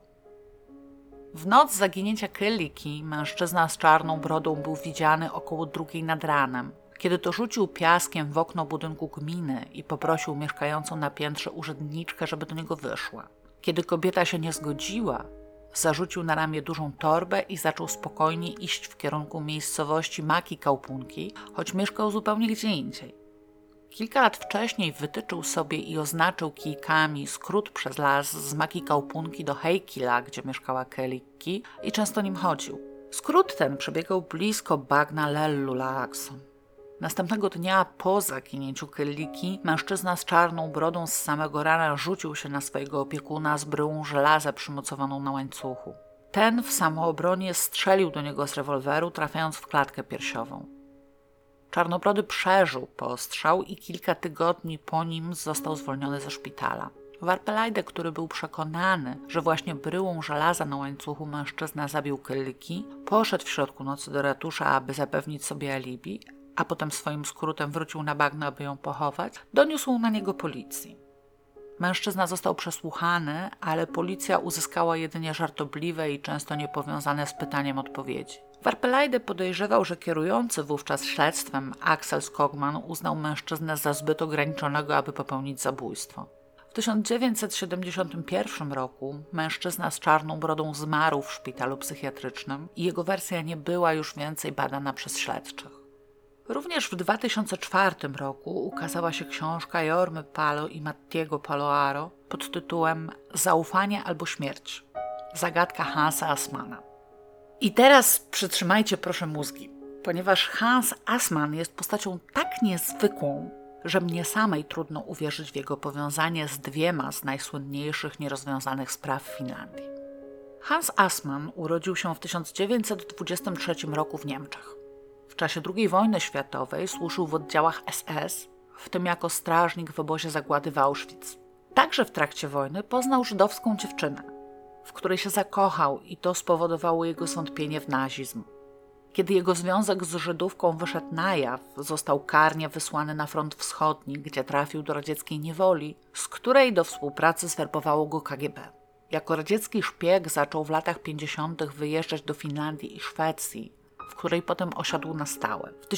W noc zaginięcia Kelly Key mężczyzna z czarną brodą był widziany około 2:00 nad ranem, kiedy to rzucił piaskiem w okno budynku gminy i poprosił mieszkającą na piętrze urzędniczkę, żeby do niego wyszła. Kiedy kobieta się nie zgodziła, zarzucił na ramię dużą torbę i zaczął spokojnie iść w kierunku miejscowości Maki Kaupunki, choć mieszkał zupełnie gdzie indziej. Kilka lat wcześniej wytyczył sobie i oznaczył kijkami skrót przez las z Maki Kaupunki do Heikila, gdzie mieszkała Kelly Key, i często nim chodził. Skrót ten przebiegał blisko bagna Lellu Laakson. Następnego dnia po zaginięciu Kelly Key mężczyzna z czarną brodą z samego rana rzucił się na swojego opiekuna z bryłą żelaza przymocowaną na łańcuchu. Ten w samoobronie strzelił do niego z rewolweru, trafiając w klatkę piersiową. Czarnobrody przeżył postrzał i kilka tygodni po nim został zwolniony ze szpitala. Pelaide, który był przekonany, że właśnie bryłą żelaza na łańcuchu mężczyzna zabił Kelly Key, poszedł w środku nocy do ratusza, aby zapewnić sobie alibi, a potem swoim skrótem wrócił na bagno, aby ją pochować, doniósł na niego policji. Mężczyzna został przesłuchany, ale policja uzyskała jedynie żartobliwe i często niepowiązane z pytaniem odpowiedzi. Pelaide podejrzewał, że kierujący wówczas śledztwem Axel Skogman uznał mężczyznę za zbyt ograniczonego, aby popełnić zabójstwo. W 1971 roku mężczyzna z czarną brodą zmarł w szpitalu psychiatrycznym i jego wersja nie była już więcej badana przez śledczych. Również w 2004 roku ukazała się książka Jormy Palo i Mattiego Paloaro pod tytułem Zaufanie albo śmierć. Zagadka Hansa Assmana. I teraz przytrzymajcie proszę mózgi, ponieważ Hans Assmann jest postacią tak niezwykłą, że mnie samej trudno uwierzyć w jego powiązanie z dwiema z najsłynniejszych nierozwiązanych spraw w Finlandii. Hans Assmann urodził się w 1923 roku w Niemczech. W czasie II wojny światowej służył w oddziałach SS, w tym jako strażnik w obozie zagłady w Auschwitz. Także w trakcie wojny poznał żydowską dziewczynę, w której się zakochał i to spowodowało jego zwątpienie w nazizm. Kiedy jego związek z Żydówką wyszedł na jaw, został karnie wysłany na front wschodni, gdzie trafił do radzieckiej niewoli, z której do współpracy zwerbowało go KGB. Jako radziecki szpieg zaczął w latach 50. wyjeżdżać do Finlandii i Szwecji, w której potem osiadł na stałe. W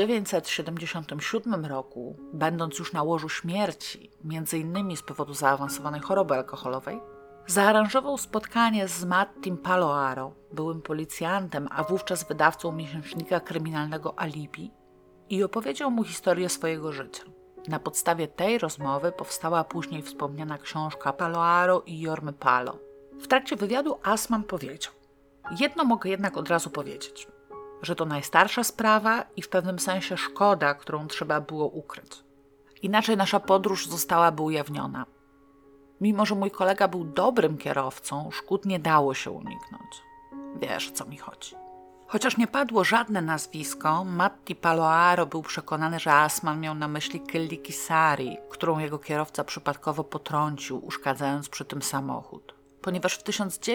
1977 roku, będąc już na łożu śmierci, m.in. z powodu zaawansowanej choroby alkoholowej, zaaranżował spotkanie z Mattim Paloaro, byłym policjantem, a wówczas wydawcą miesięcznika kryminalnego Alibi, i opowiedział mu historię swojego życia. Na podstawie tej rozmowy powstała później wspomniana książka Paloaro i Jormy Palo. W trakcie wywiadu Assmann powiedział: jedno mogę jednak od razu powiedzieć, że to najstarsza sprawa i w pewnym sensie szkoda, którą trzeba było ukryć. Inaczej nasza podróż zostałaby ujawniona. Mimo że mój kolega był dobrym kierowcą, szkód nie dało się uniknąć. Wiesz, o co mi chodzi. Chociaż nie padło żadne nazwisko, Matti Paloaro był przekonany, że Assmann miał na myśli Kelly Kisari, którą jego kierowca przypadkowo potrącił, uszkadzając przy tym samochód. Ponieważ w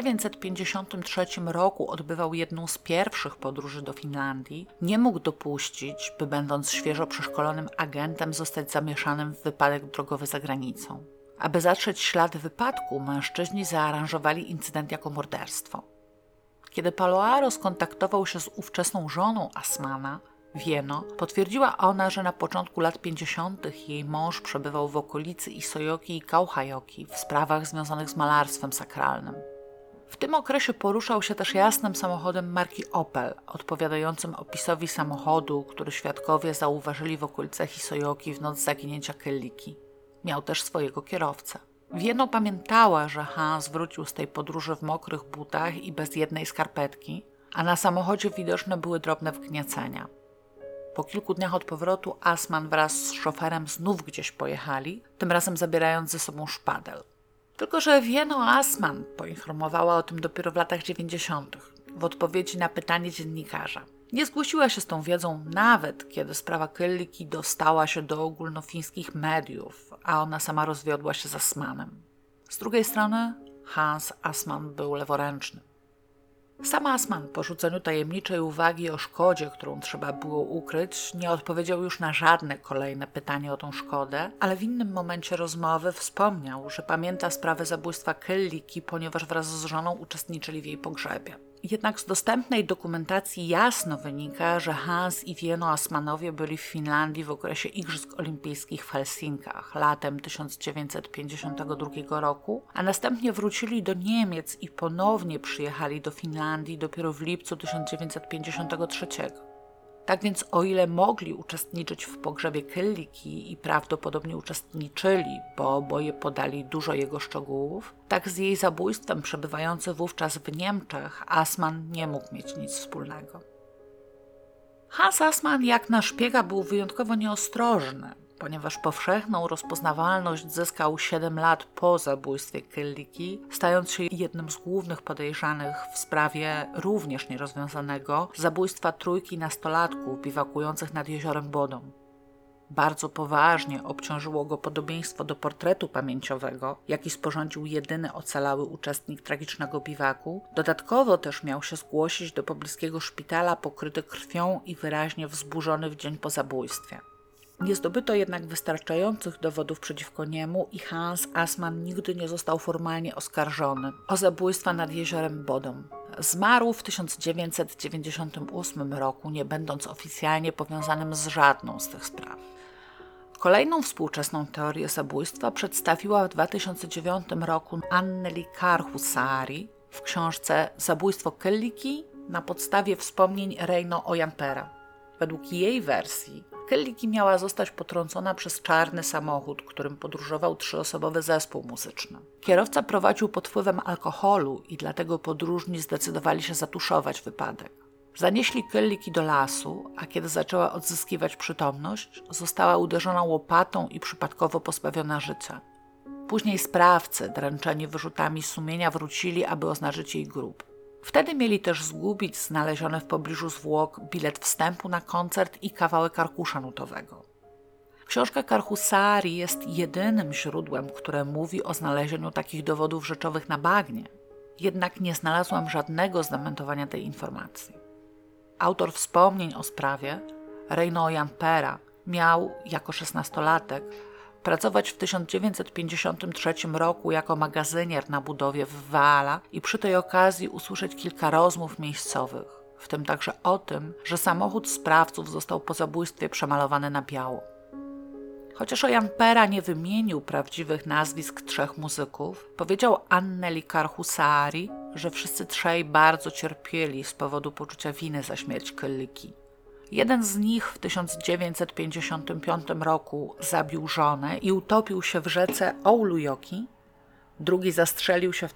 1953 roku odbywał jedną z pierwszych podróży do Finlandii, nie mógł dopuścić, by będąc świeżo przeszkolonym agentem zostać zamieszanym w wypadek drogowy za granicą. Aby zatrzeć ślady wypadku, mężczyźni zaaranżowali incydent jako morderstwo. Kiedy Paloaro skontaktował się z ówczesną żoną Assmanna, Wieno, potwierdziła ona, że na początku lat 50. jej mąż przebywał w okolicy Isojoki i Kauhajoki w sprawach związanych z malarstwem sakralnym. W tym okresie poruszał się też jasnym samochodem marki Opel, odpowiadającym opisowi samochodu, który świadkowie zauważyli w okolicach Isojoki w noc zaginięcia Kelliki. Miał też swojego kierowcę. Wieno pamiętała, że Hans wrócił z tej podróży w mokrych butach i bez jednej skarpetki, a na samochodzie widoczne były drobne wgniecenia. Po kilku dniach od powrotu Assmann wraz z szoferem znów gdzieś pojechali, tym razem zabierając ze sobą szpadel. Tylko że Wieno Assmann poinformowała o tym dopiero w latach 90. w odpowiedzi na pytanie dziennikarza. Nie zgłosiła się z tą wiedzą nawet, kiedy sprawa Kelliki dostała się do ogólnofińskich mediów, a ona sama rozwiodła się z Assmannem. Z drugiej strony Hans Assmann był leworęczny. Sam Assmann po rzuceniu tajemniczej uwagi o szkodzie, którą trzeba było ukryć, nie odpowiedział już na żadne kolejne pytanie o tą szkodę, ale w innym momencie rozmowy wspomniał, że pamięta sprawę zabójstwa Kelliki, ponieważ wraz z żoną uczestniczyli w jej pogrzebie. Jednak z dostępnej dokumentacji jasno wynika, że Hans i Wieno Assmannowie byli w Finlandii w okresie Igrzysk Olimpijskich w Helsinkach latem 1952 roku, a następnie wrócili do Niemiec i ponownie przyjechali do Finlandii dopiero w lipcu 1953. Tak więc o ile mogli uczestniczyć w pogrzebie Kelliki i prawdopodobnie uczestniczyli, bo oboje podali dużo jego szczegółów, tak z jej zabójstwem przebywający wówczas w Niemczech Assmann nie mógł mieć nic wspólnego. Hans Assmann jak na szpiega był wyjątkowo nieostrożny, ponieważ powszechną rozpoznawalność zyskał 7 lat po zabójstwie Kelliki, stając się jednym z głównych podejrzanych w sprawie również nierozwiązanego zabójstwa trójki nastolatków biwakujących nad jeziorem Bodom. Bardzo poważnie obciążyło go podobieństwo do portretu pamięciowego, jaki sporządził jedyny ocalały uczestnik tragicznego biwaku. Dodatkowo też miał się zgłosić do pobliskiego szpitala pokryty krwią i wyraźnie wzburzony w dzień po zabójstwie. Nie zdobyto jednak wystarczających dowodów przeciwko niemu i Hans Assmann nigdy nie został formalnie oskarżony o zabójstwa nad jeziorem Bodom. Zmarł w 1998 roku, nie będąc oficjalnie powiązanym z żadną z tych spraw. Kolejną współczesną teorię zabójstwa przedstawiła w 2009 roku Anneli Karhusaari w książce Zabójstwo Kelliki na podstawie wspomnień Reino Ojampera. Według jej wersji Kelliki miała zostać potrącona przez czarny samochód, którym podróżował 3-osobowy zespół muzyczny. Kierowca prowadził pod wpływem alkoholu i dlatego podróżni zdecydowali się zatuszować wypadek. Zanieśli Kelliki do lasu, a kiedy zaczęła odzyskiwać przytomność, została uderzona łopatą i przypadkowo pozbawiona życia. Później sprawcy, dręczeni wyrzutami sumienia, wrócili, aby oznaczyć jej grób. Wtedy mieli też zgubić znaleziony w pobliżu zwłok bilet wstępu na koncert i kawałek arkusza nutowego. Książka Karhusaari jest jedynym źródłem, które mówi o znalezieniu takich dowodów rzeczowych na bagnie. Jednak nie znalazłam żadnego zdementowania tej informacji. Autor wspomnień o sprawie, Reino Ojampera, miał jako 16-latek pracować w 1953 roku jako magazynier na budowie w Vaala i przy tej okazji usłyszeć kilka rozmów miejscowych, w tym także o tym, że samochód sprawców został po zabójstwie przemalowany na biało. Chociaż Ojampera nie wymienił prawdziwych nazwisk 3 muzyków, powiedział Anneli Karhusaari, że wszyscy 3 bardzo cierpieli z powodu poczucia winy za śmierć Kelliki. Jeden z nich w 1955 roku zabił żonę i utopił się w rzece Oulujoki, drugi zastrzelił się w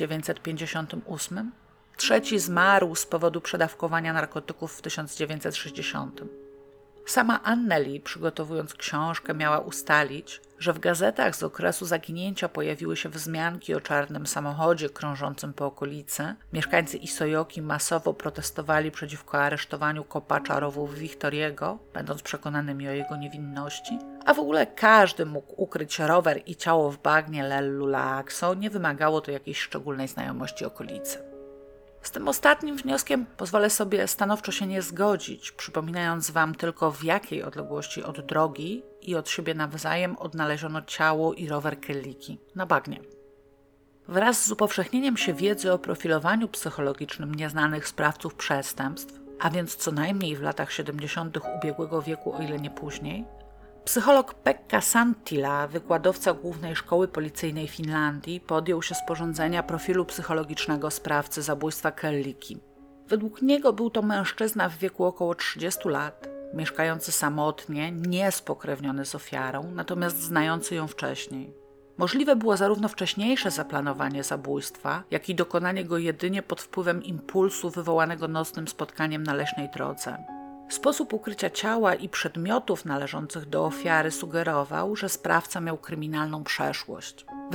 1958, trzeci zmarł z powodu przedawkowania narkotyków w 1960. Sama Anneli, przygotowując książkę, miała ustalić, że w gazetach z okresu zaginięcia pojawiły się wzmianki o czarnym samochodzie krążącym po okolicy. Mieszkańcy Isojoki masowo protestowali przeciwko aresztowaniu kopacza rowów Victoriego, będąc przekonanymi o jego niewinności, a w ogóle każdy mógł ukryć rower i ciało w bagnie Lellu Laakso, nie wymagało to jakiejś szczególnej znajomości okolicy. Z tym ostatnim wnioskiem pozwolę sobie stanowczo się nie zgodzić, przypominając wam tylko, w jakiej odległości od drogi i od siebie nawzajem odnaleziono ciało i rower Kelliki na bagnie. Wraz z upowszechnieniem się wiedzy o profilowaniu psychologicznym nieznanych sprawców przestępstw, a więc co najmniej w latach 70. ubiegłego wieku, o ile nie później, psycholog Pekka Santtila, wykładowca Głównej Szkoły Policyjnej Finlandii, podjął się sporządzenia profilu psychologicznego sprawcy zabójstwa Kelliki. Według niego był to mężczyzna w wieku około 30 lat, mieszkający samotnie, niespokrewniony z ofiarą, natomiast znający ją wcześniej. Możliwe było zarówno wcześniejsze zaplanowanie zabójstwa, jak i dokonanie go jedynie pod wpływem impulsu wywołanego nocnym spotkaniem na leśnej drodze. Sposób ukrycia ciała i przedmiotów należących do ofiary sugerował, że sprawca miał kryminalną przeszłość. W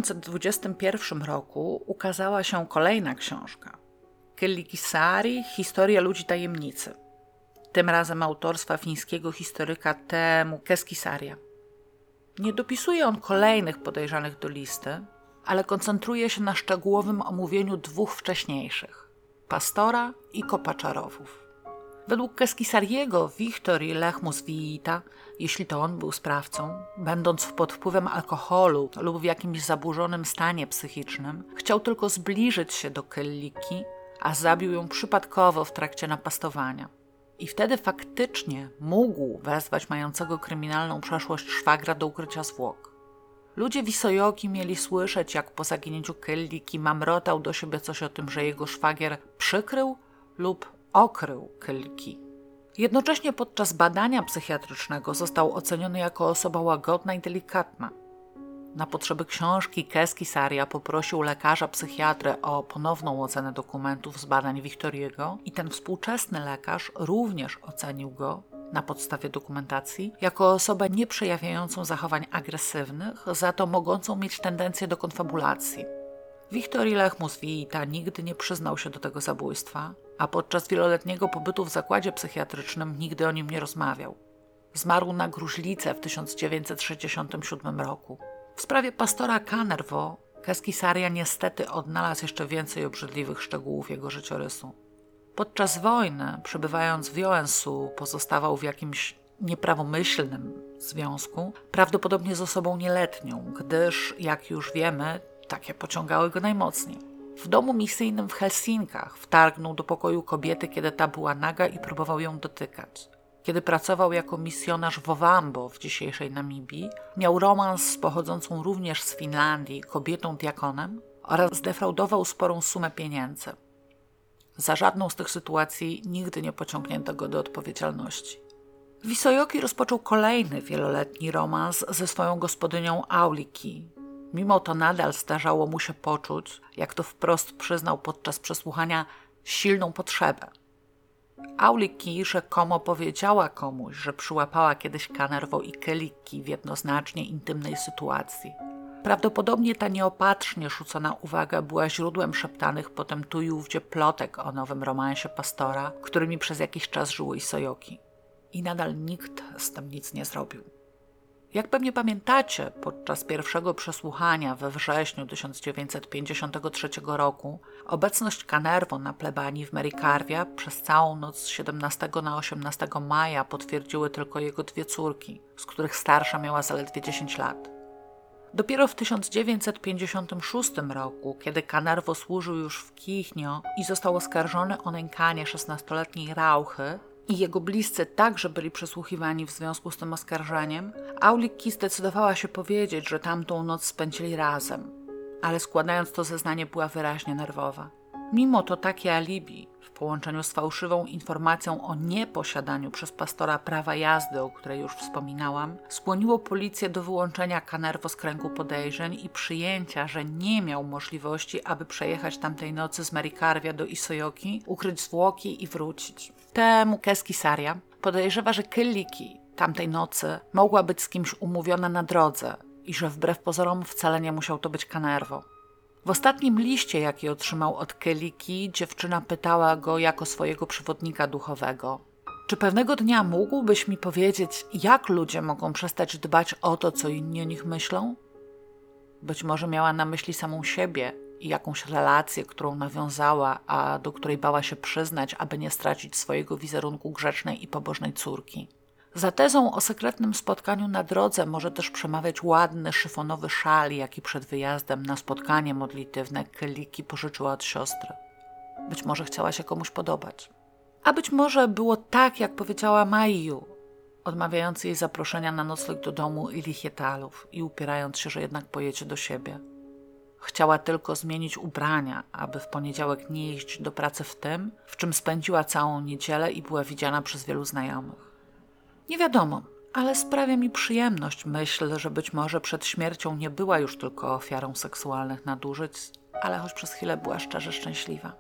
2021 roku ukazała się kolejna książka Kellikisari – Historia ludzi tajemnicy, tym razem autorstwa fińskiego historyka Teemu Keskisaria. Nie dopisuje on kolejnych podejrzanych do listy, ale koncentruje się na szczegółowym omówieniu dwóch wcześniejszych – pastora i kopacza rowów. Według Keskisariego Wihtori Lehmus Viita, jeśli to on był sprawcą, będąc pod wpływem alkoholu lub w jakimś zaburzonym stanie psychicznym, chciał tylko zbliżyć się do Kelliki, a zabił ją przypadkowo w trakcie napastowania. I wtedy faktycznie mógł wezwać mającego kryminalną przeszłość szwagra do ukrycia zwłok. Ludzie w Isojoki mieli słyszeć, jak po zaginięciu Kelliki mamrotał do siebie coś o tym, że jego szwagier przykrył lub okrył Kelliki. Jednocześnie podczas badania psychiatrycznego został oceniony jako osoba łagodna i delikatna. Na potrzeby książki Keskisaria poprosił lekarza psychiatrę o ponowną ocenę dokumentów z badań Wihtoriego i ten współczesny lekarz również ocenił go na podstawie dokumentacji jako osobę nie przejawiającą zachowań agresywnych, za to mogącą mieć tendencję do konfabulacji. Wihtori Lehmus Viita nigdy nie przyznał się do tego zabójstwa, a podczas wieloletniego pobytu w zakładzie psychiatrycznym nigdy o nim nie rozmawiał. Zmarł na gruźlicę w 1967 roku. W sprawie pastora Kanervo Keskisaria niestety odnalazł jeszcze więcej obrzydliwych szczegółów jego życiorysu. Podczas wojny, przebywając w Joensu, pozostawał w jakimś nieprawomyślnym związku, prawdopodobnie z osobą nieletnią, gdyż, jak już wiemy, takie pociągały go najmocniej. W domu misyjnym w Helsinkach wtargnął do pokoju kobiety, kiedy ta była naga i próbował ją dotykać. Kiedy pracował jako misjonarz w Ovambo w dzisiejszej Namibii, miał romans z pochodzącą również z Finlandii kobietą diakonem oraz zdefraudował sporą sumę pieniędzy. Za żadną z tych sytuacji nigdy nie pociągnięto go do odpowiedzialności. W Isojoki rozpoczął kolejny wieloletni romans ze swoją gospodynią Auliki. Mimo to nadal zdarzało mu się poczuć, jak to wprost przyznał podczas przesłuchania, silną potrzebę. Auliki rzekomo powiedziała komuś, że przyłapała kiedyś Kanervo i Kelliki w jednoznacznie intymnej sytuacji. Prawdopodobnie ta nieopatrznie rzucona uwaga była źródłem szeptanych potem tu i ówdzie plotek o nowym romansie pastora, którymi przez jakiś czas żyły Isojoki. I nadal nikt z tym nic nie zrobił. Jak pewnie pamiętacie, podczas pierwszego przesłuchania we wrześniu 1953 roku obecność Kanervo na plebanii w Merikarvia przez całą noc z 17 na 18 maja potwierdziły tylko jego dwie córki, z których starsza miała zaledwie 10 lat. Dopiero w 1956 roku, kiedy Kanervo służył już w Kichnio i został oskarżony o nękanie 16-letniej Rauchy, i jego bliscy także byli przesłuchiwani w związku z tym oskarżeniem, Auliki zdecydowała się powiedzieć, że tamtą noc spędzili razem, ale składając to zeznanie była wyraźnie nerwowa. Mimo to takie alibi, w połączeniu z fałszywą informacją o nieposiadaniu przez pastora prawa jazdy, o której już wspominałam, skłoniło policję do wyłączenia Canervo z kręgu podejrzeń i przyjęcia, że nie miał możliwości, aby przejechać tamtej nocy z Maricarvia do Isojoki, ukryć zwłoki i wrócić. Temu Keski Saria podejrzewa, że Kylliki tamtej nocy mogła być z kimś umówiona na drodze i że wbrew pozorom wcale nie musiał to być Canervo. W ostatnim liście, jaki otrzymał od Kylliki, dziewczyna pytała go jako swojego przewodnika duchowego: czy pewnego dnia mógłbyś mi powiedzieć, jak ludzie mogą przestać dbać o to, co inni o nich myślą? Być może miała na myśli samą siebie i jakąś relację, którą nawiązała, a do której bała się przyznać, aby nie stracić swojego wizerunku grzecznej i pobożnej córki. Za tezą o sekretnym spotkaniu na drodze może też przemawiać ładny, szyfonowy szal, jaki przed wyjazdem na spotkanie modlitewne Kylliki pożyczyła od siostry. Być może chciała się komuś podobać. A być może było tak, jak powiedziała Maiju, odmawiając jej zaproszenia na nocleg do domu Ilihietalów i upierając się, że jednak pojedzie do siebie. Chciała tylko zmienić ubrania, aby w poniedziałek nie iść do pracy w tym, w czym spędziła całą niedzielę i była widziana przez wielu znajomych. Nie wiadomo, ale sprawia mi przyjemność myśl, że być może przed śmiercią nie była już tylko ofiarą seksualnych nadużyć, ale choć przez chwilę była szczerze szczęśliwa.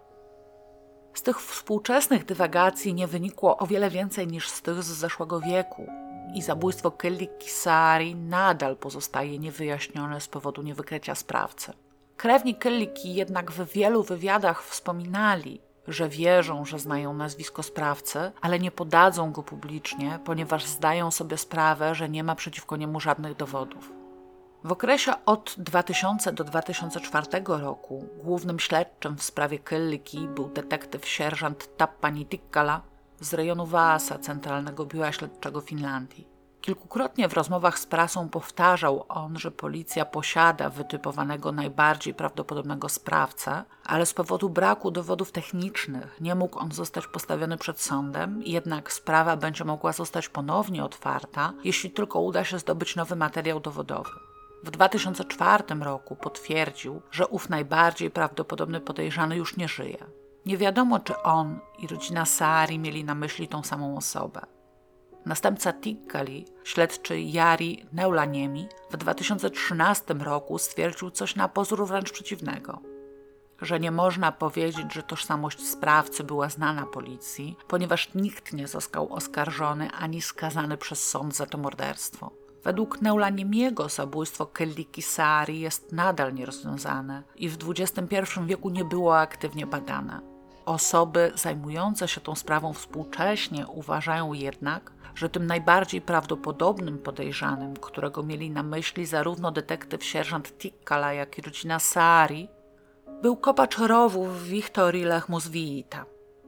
Z tych współczesnych dywagacji nie wynikło o wiele więcej niż z tych z zeszłego wieku i zabójstwo Kylliki Saari nadal pozostaje niewyjaśnione z powodu niewykrycia sprawcy. Krewni Kylliki jednak w wielu wywiadach wspominali, że wierzą, że znają nazwisko sprawcy, ale nie podadzą go publicznie, ponieważ zdają sobie sprawę, że nie ma przeciwko niemu żadnych dowodów. W okresie od 2000 do 2004 roku głównym śledczym w sprawie Kylliki był detektyw sierżant Tappani Tikkala z rejonu Vaasa, Centralnego Biura Śledczego Finlandii. Kilkukrotnie w rozmowach z prasą powtarzał on, że policja posiada wytypowanego najbardziej prawdopodobnego sprawcę, ale z powodu braku dowodów technicznych nie mógł on zostać postawiony przed sądem, jednak sprawa będzie mogła zostać ponownie otwarta, jeśli tylko uda się zdobyć nowy materiał dowodowy. W 2004 roku potwierdził, że ów najbardziej prawdopodobny podejrzany już nie żyje. Nie wiadomo, czy on i rodzina Saari mieli na myśli tą samą osobę. Następca Tikkali, śledczy Jari Neulaniemi, w 2013 roku stwierdził coś na pozór wręcz przeciwnego. Że nie można powiedzieć, że tożsamość sprawcy była znana policji, ponieważ nikt nie został oskarżony ani skazany przez sąd za to morderstwo. Według Neulaniemiego zabójstwo Kylliki Saari jest nadal nierozwiązane i w XXI wieku nie było aktywnie badane. Osoby zajmujące się tą sprawą współcześnie uważają jednak, że tym najbardziej prawdopodobnym podejrzanym, którego mieli na myśli zarówno detektyw sierżant Tikkala, jak i rodzina Saari, był kopacz rowów Wihtori Lehmus-Viita.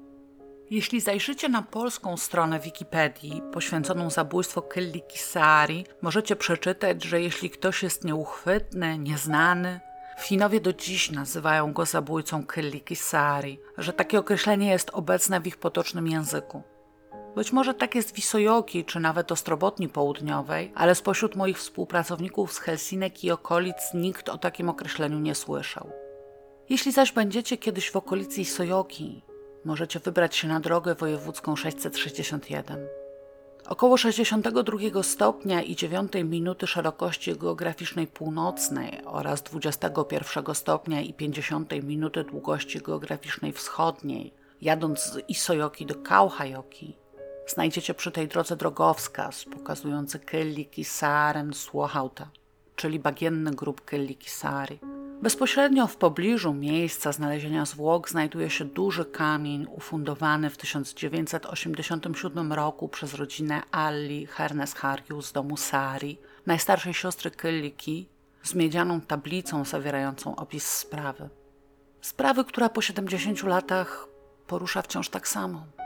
Jeśli zajrzycie na polską stronę Wikipedii poświęconą zabójstwu Kylliki Saari, możecie przeczytać, że jeśli ktoś jest nieuchwytny, nieznany, Finowie do dziś nazywają go zabójcą Kylliki Saari, że takie określenie jest obecne w ich potocznym języku. Być może tak jest w Isojoki, czy nawet Ostrobotni Południowej, ale spośród moich współpracowników z Helsinek i okolic nikt o takim określeniu nie słyszał. Jeśli zaś będziecie kiedyś w okolicy Isojoki, możecie wybrać się na drogę wojewódzką 661. Około 62 stopnia i 9 minuty szerokości geograficznej północnej oraz 21 stopnia i 50 minuty długości geograficznej wschodniej, jadąc z Isojoki do Kauhajoki, znajdziecie przy tej drodze drogowskaz pokazujący Kylliki Saaren Suohauta, czyli bagienny grób Kylliki Saari. Bezpośrednio w pobliżu miejsca znalezienia zwłok znajduje się duży kamień ufundowany w 1987 roku przez rodzinę Alli Hernes-Harju z domu Saari, najstarszej siostry Kylliki, z miedzianą tablicą zawierającą opis sprawy. Sprawy, która po 70 latach porusza wciąż tak samo.